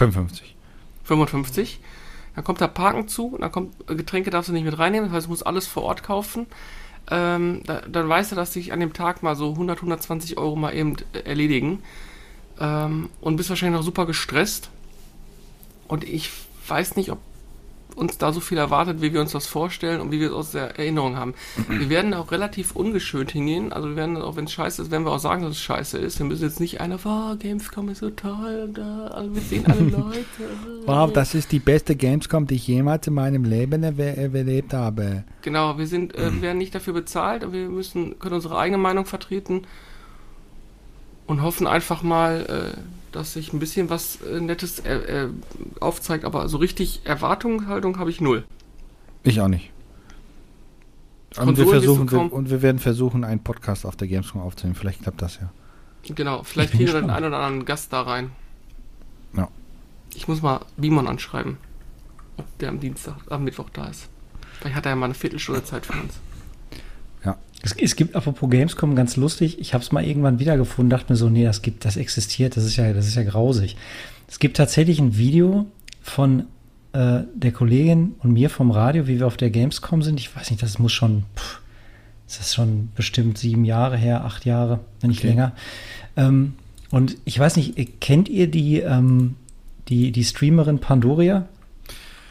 55. Dann kommt da Parken zu, dann kommt Getränke darfst du nicht mit reinnehmen, das heißt, du musst alles vor Ort kaufen. Dann weißt du, dass sich an dem Tag mal so 100, 120 Euro mal eben erledigen. Und bist wahrscheinlich noch super gestresst. Und ich weiß nicht, ob uns da so viel erwartet, wie wir uns das vorstellen und wie wir es aus der Erinnerung haben. Wir werden auch relativ ungeschönt hingehen. Also wir werden, auch wenn es scheiße ist, werden wir auch sagen, dass es scheiße ist. Wir müssen jetzt nicht Gamescom ist so toll, also wir sehen alle Leute. Wow, das ist die beste Gamescom, die ich jemals in meinem Leben erlebt habe. Genau, wir werden nicht dafür bezahlt, aber wir können unsere eigene Meinung vertreten und hoffen einfach mal, dass sich ein bisschen was Nettes aufzeigt, aber so richtig Erwartungshaltung habe ich null. Ich auch nicht. Und wir werden versuchen, einen Podcast auf der Gamescom aufzunehmen. Vielleicht klappt das ja. Genau, vielleicht kriegen wir den einen oder anderen Gast da rein. Ja. Ich muss mal Bimon anschreiben, ob der am Mittwoch da ist. Vielleicht hat er ja mal eine Viertelstunde Zeit für uns. Ja. Es gibt, apropos Gamescom, ganz lustig, ich habe es mal irgendwann wiedergefunden, dachte mir so, nee, das existiert, das ist ja grausig. Es gibt tatsächlich ein Video von der Kollegin und mir vom Radio, wie wir auf der Gamescom sind. Ich weiß nicht, das ist schon bestimmt 7 Jahre her, 8 Jahre, wenn nicht länger. Und ich weiß nicht, kennt ihr die Streamerin Pandoria?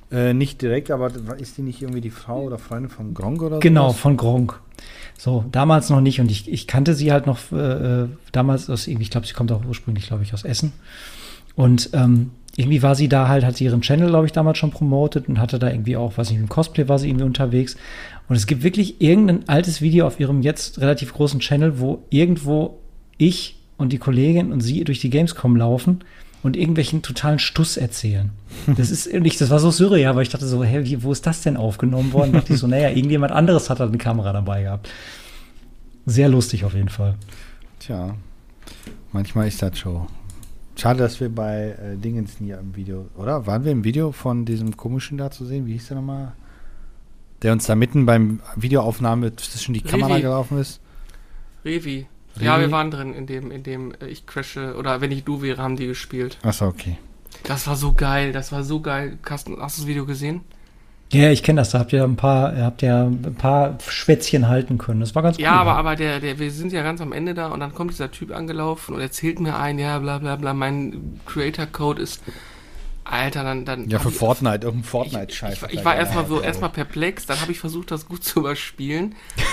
Nicht direkt, aber ist die nicht irgendwie die Frau oder Freundin von Gronk oder so? Genau, von Gronk. So, damals noch nicht und ich kannte sie halt noch damals aus irgendwie, ich glaube, sie kommt auch ursprünglich, glaube ich, aus Essen. Und irgendwie war sie da halt, hat sie ihren Channel, glaube ich, damals schon promotet und hatte da irgendwie auch, weiß nicht, im Cosplay war sie irgendwie unterwegs. Und es gibt wirklich irgendein altes Video auf ihrem jetzt relativ großen Channel, wo irgendwo ich und die Kollegin und sie durch die Gamescom laufen und irgendwelchen totalen Stuss erzählen. Das war so surreal, weil ich dachte so, hä, wo ist das denn aufgenommen worden? Da dachte ich so, naja, irgendjemand anderes hat da eine Kamera dabei gehabt. Sehr lustig auf jeden Fall. Tja, manchmal ist das schon. Schade, dass wir bei Dingens nie im Video, oder? Waren wir im Video von diesem komischen da zu sehen? Wie hieß der nochmal? Der uns da mitten beim Videoaufnahme zwischen die Kamera gelaufen ist? Revi. Ja, wir waren drin, in dem ich crashe, oder wenn ich du wäre, haben die gespielt. Achso, okay. Das war so geil. Carsten, hast du das Video gesehen? Ja, ich kenne das. Da habt ihr ein paar Schwätzchen halten können. Das war ganz cool. Ja, aber wir sind ja ganz am Ende da und dann kommt dieser Typ angelaufen und erzählt mir ja, bla bla bla, mein Creator-Code ist, Alter, dann ja, für Fortnite, irgendein Fortnite-Scheiß. Ich war erstmal perplex, dann habe ich versucht, das gut zu überspielen.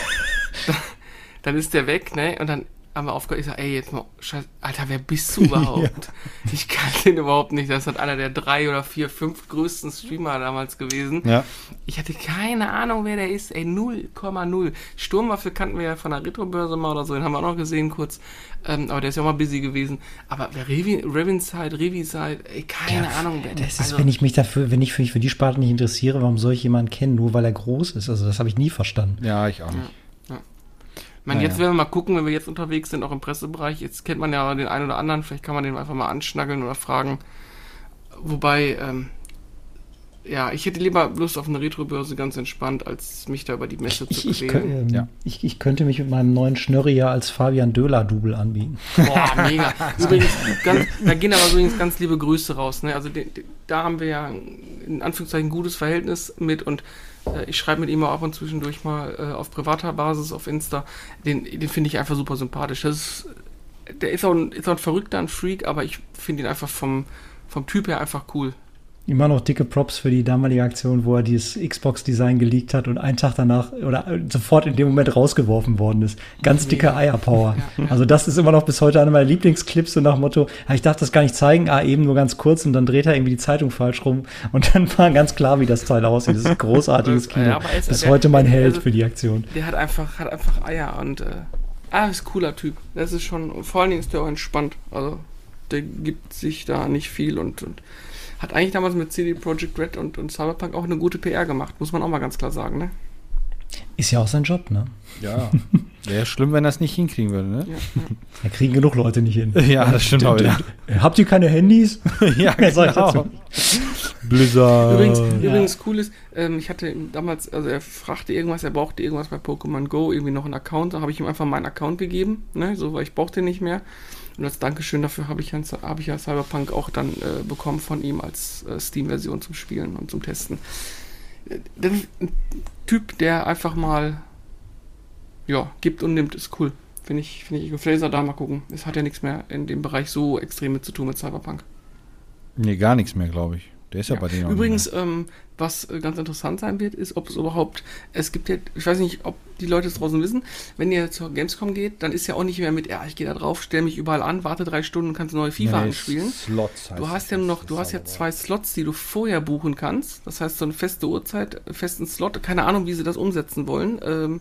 Dann ist der weg, ne? Und dann haben wir aufgehört. Ich sag, ey, jetzt mal, Scheiße, Alter, wer bist du überhaupt? Ja. Ich kann den überhaupt nicht. Das ist einer der 3 oder 4, 5 größten Streamer damals gewesen. Ja. Ich hatte keine Ahnung, wer der ist. Ey, 0,0. Sturmwaffe kannten wir ja von der Retrobörse mal oder so. Den haben wir auch noch gesehen kurz. Aber der ist ja auch mal busy gewesen. Aber wer Reviside, ey, keine Ahnung, wer das ist. Also, wenn ich mich für die Sparte nicht interessiere, warum soll ich jemanden kennen, nur weil er groß ist? Also das habe ich nie verstanden. Ja, ich auch nicht. Ja. Jetzt werden wir mal gucken, wenn wir jetzt unterwegs sind, auch im Pressebereich. Jetzt kennt man ja den einen oder anderen, vielleicht kann man den einfach mal anschnaggeln oder fragen. Wobei, ich hätte lieber Lust auf eine Retrobörse ganz entspannt, als mich da über die Messe zu quälen. Ich könnte mich mit meinem neuen Schnörri ja als Fabian Döhler-Double anbieten. Boah, mega. Übrigens, da gehen aber übrigens ganz liebe Grüße raus. Ne? Also da haben wir ja in Anführungszeichen ein gutes Verhältnis mit und ich schreibe mit ihm auch ab und zwischendurch mal auf privater Basis auf Insta. Den finde ich einfach super sympathisch. Der ist auch ein Verrückter, ein Freak, aber ich finde ihn einfach vom Typ her einfach cool. Immer noch dicke Props für die damalige Aktion, wo er dieses Xbox-Design geleakt hat und einen Tag danach oder sofort in dem Moment rausgeworfen worden ist. Ganz dicke Eierpower. Ja. Also das ist immer noch bis heute einer meiner Lieblingsclips, so nach Motto, ich darf das gar nicht zeigen, eben nur ganz kurz und dann dreht er irgendwie die Zeitung falsch rum und dann war ganz klar, wie das Teil aussieht. Das ist ein großartiges Kino. Das ist heute mein Held für die Aktion. Der hat einfach Eier und ist ein cooler Typ. Das ist schon, vor allen Dingen ist der auch entspannt. Also der gibt sich da nicht viel und hat eigentlich damals mit CD Projekt Red und Cyberpunk auch eine gute PR gemacht, muss man auch mal ganz klar sagen, ne? Ist ja auch sein Job, ne? Ja. Wäre schlimm, wenn er es nicht hinkriegen würde, ne? Ja. Da kriegen genug Leute nicht hin. Ja, das stimmt auch wieder. Habt ihr keine Handys? Ja, genau. Blizzard. Übrigens cool ist, ich hatte damals, also er brauchte irgendwas bei Pokémon Go, irgendwie noch einen Account, da habe ich ihm einfach meinen Account gegeben, ne? So, weil ich brauchte den nicht mehr. Und als Dankeschön dafür habe ich ja Cyberpunk auch dann bekommen von ihm als Steam-Version zum Spielen und zum Testen. Das ist ein Typ, der einfach mal gibt und nimmt, ist cool. Finde ich. Vielleicht da mal gucken. Es hat ja nichts mehr in dem Bereich so extrem mit zu tun mit Cyberpunk. Nee, gar nichts mehr, glaube ich. Der ist ja bei denen auch übrigens, was ganz interessant sein wird, ist, ob es überhaupt, es gibt ja, ich weiß nicht, ob die Leute es draußen wissen, wenn ihr zur Gamescom geht, dann ist ja auch nicht mehr mit, ich gehe da drauf, stelle mich überall an, warte 3 Stunden und kannst neue FIFA anspielen. Slots heißt du hast ja nur noch, du hast ja 2 Slots, die du vorher buchen kannst. Das heißt, so eine feste Uhrzeit, festen Slot, keine Ahnung, wie sie das umsetzen wollen.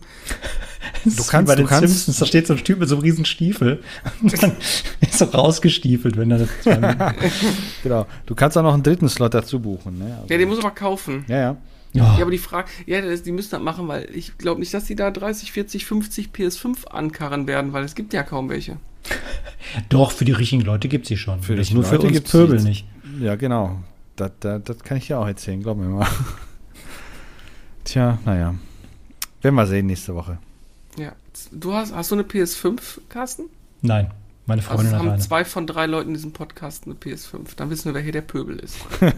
Du kannst bei den Simpsons, da steht so ein Typ mit so einem riesen Stiefel und dann ist so rausgestiefelt, wenn er das Genau. Du kannst auch noch einen 3. Slot dazu buchen, ne? Also den muss aber kaufen. Ja. Ja, aber die Frage, die müssen das machen, weil ich glaube nicht, dass die da 30, 40, 50 PS5 ankarren werden, weil es gibt ja kaum welche. Doch, für die richtigen Leute gibt es sie schon. Für nur für uns Pöbel nicht. Ja, genau. Das kann ich dir auch erzählen, glaub mir mal. Tja, naja. Werden wir sehen nächste Woche. Ja. Hast du eine PS5, Carsten? Nein, meine Freundin hat eine. Haben 2 von 3 Leuten in diesem Podcast eine PS5. Dann wissen wir, wer hier der Pöbel ist.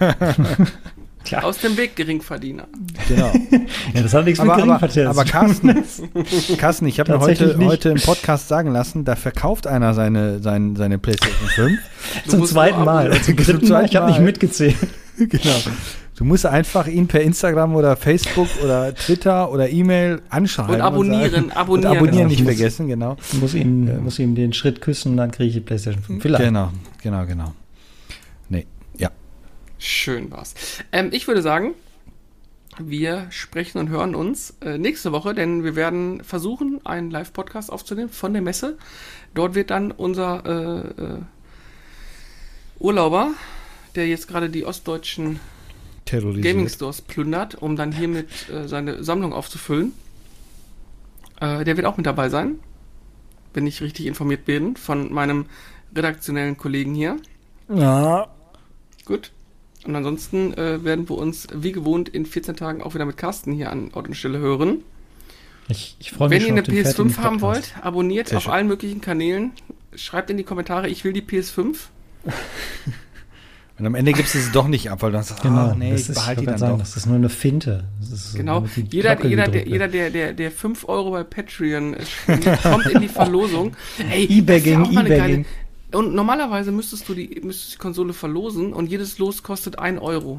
Klar. Aus dem Weg, Geringverdiener. Genau. Ja, das hat nichts mit Geringverdiener aber Carsten, ich habe mir heute im Podcast sagen lassen, da verkauft einer seine PlayStation 5. Zum zweiten Mal. Zum dritten Mal. Ich habe nicht mitgezählt. Genau. Du musst einfach ihn per Instagram oder Facebook oder Twitter oder E-Mail anschreiben. Und abonnieren. Und abonnieren nicht vergessen, genau. Muss ihm den Schritt küssen, dann kriege ich die PlayStation 5. Vielleicht. Genau. Nee, ja. Schön war's. Ich würde sagen, wir sprechen und hören uns nächste Woche, denn wir werden versuchen, einen Live-Podcast aufzunehmen von der Messe. Dort wird dann unser Urlauber, der jetzt gerade die ostdeutschen Gaming-Stores plündert, um dann hiermit seine Sammlung aufzufüllen. Der wird auch mit dabei sein, wenn ich richtig informiert bin, von meinem redaktionellen Kollegen hier. Ja. Gut. Und ansonsten werden wir uns wie gewohnt in 14 Tagen auch wieder mit Carsten hier an Ort und Stelle hören. Ich freue mich schon. Wenn ihr eine auf den PS5 haben Podcast. wollt, abonniert auf allen möglichen Kanälen. Schreibt in die Kommentare, ich will die PS5. Und am Ende gibst du es doch nicht ab, weil du sagst, genau, ich behalte die dann sagen, doch. das ist nur eine Finte. Das ist genau, so jeder, der 5 € bei Patreon spendet, kommt in die Verlosung. Ey, E-Bagging. Und normalerweise müsstest du die Konsole verlosen und jedes Los kostet 1 €.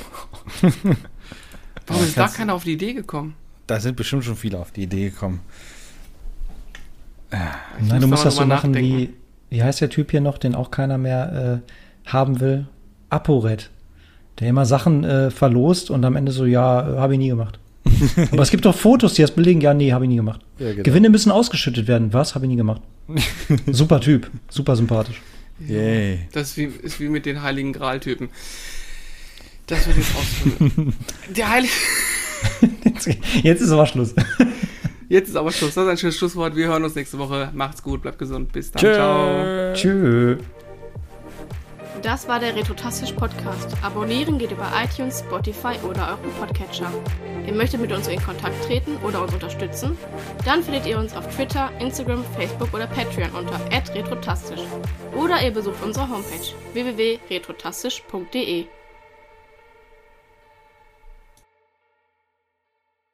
Warum ist da keiner auf die Idee gekommen? Da sind bestimmt schon viele auf die Idee gekommen. Nein, du musst das so machen wie heißt der Typ hier noch, den auch keiner mehr haben will? ApoRed. Der immer Sachen verlost und am Ende so, habe ich nie gemacht. Aber es gibt doch Fotos, die das belegen, nee, habe ich nie gemacht. Ja, genau. Gewinne müssen ausgeschüttet werden. Was? Habe ich nie gemacht. Super Typ, super sympathisch. Yay. Das ist wie mit den Heiligen Gral-Typen. Das wird jetzt ausführen. Der Heilige... Jetzt ist aber Schluss. Jetzt ist aber Schluss. Das ist ein schönes Schlusswort. Wir hören uns nächste Woche. Macht's gut, bleibt gesund. Bis dann. Ciao. Tschö. Das war der Retrotastisch Podcast. Abonnieren geht über iTunes, Spotify oder euren Podcatcher. Ihr möchtet mit uns in Kontakt treten oder uns unterstützen? Dann findet ihr uns auf Twitter, Instagram, Facebook oder Patreon unter @retrotastisch. Oder ihr besucht unsere Homepage www.retrotastisch.de.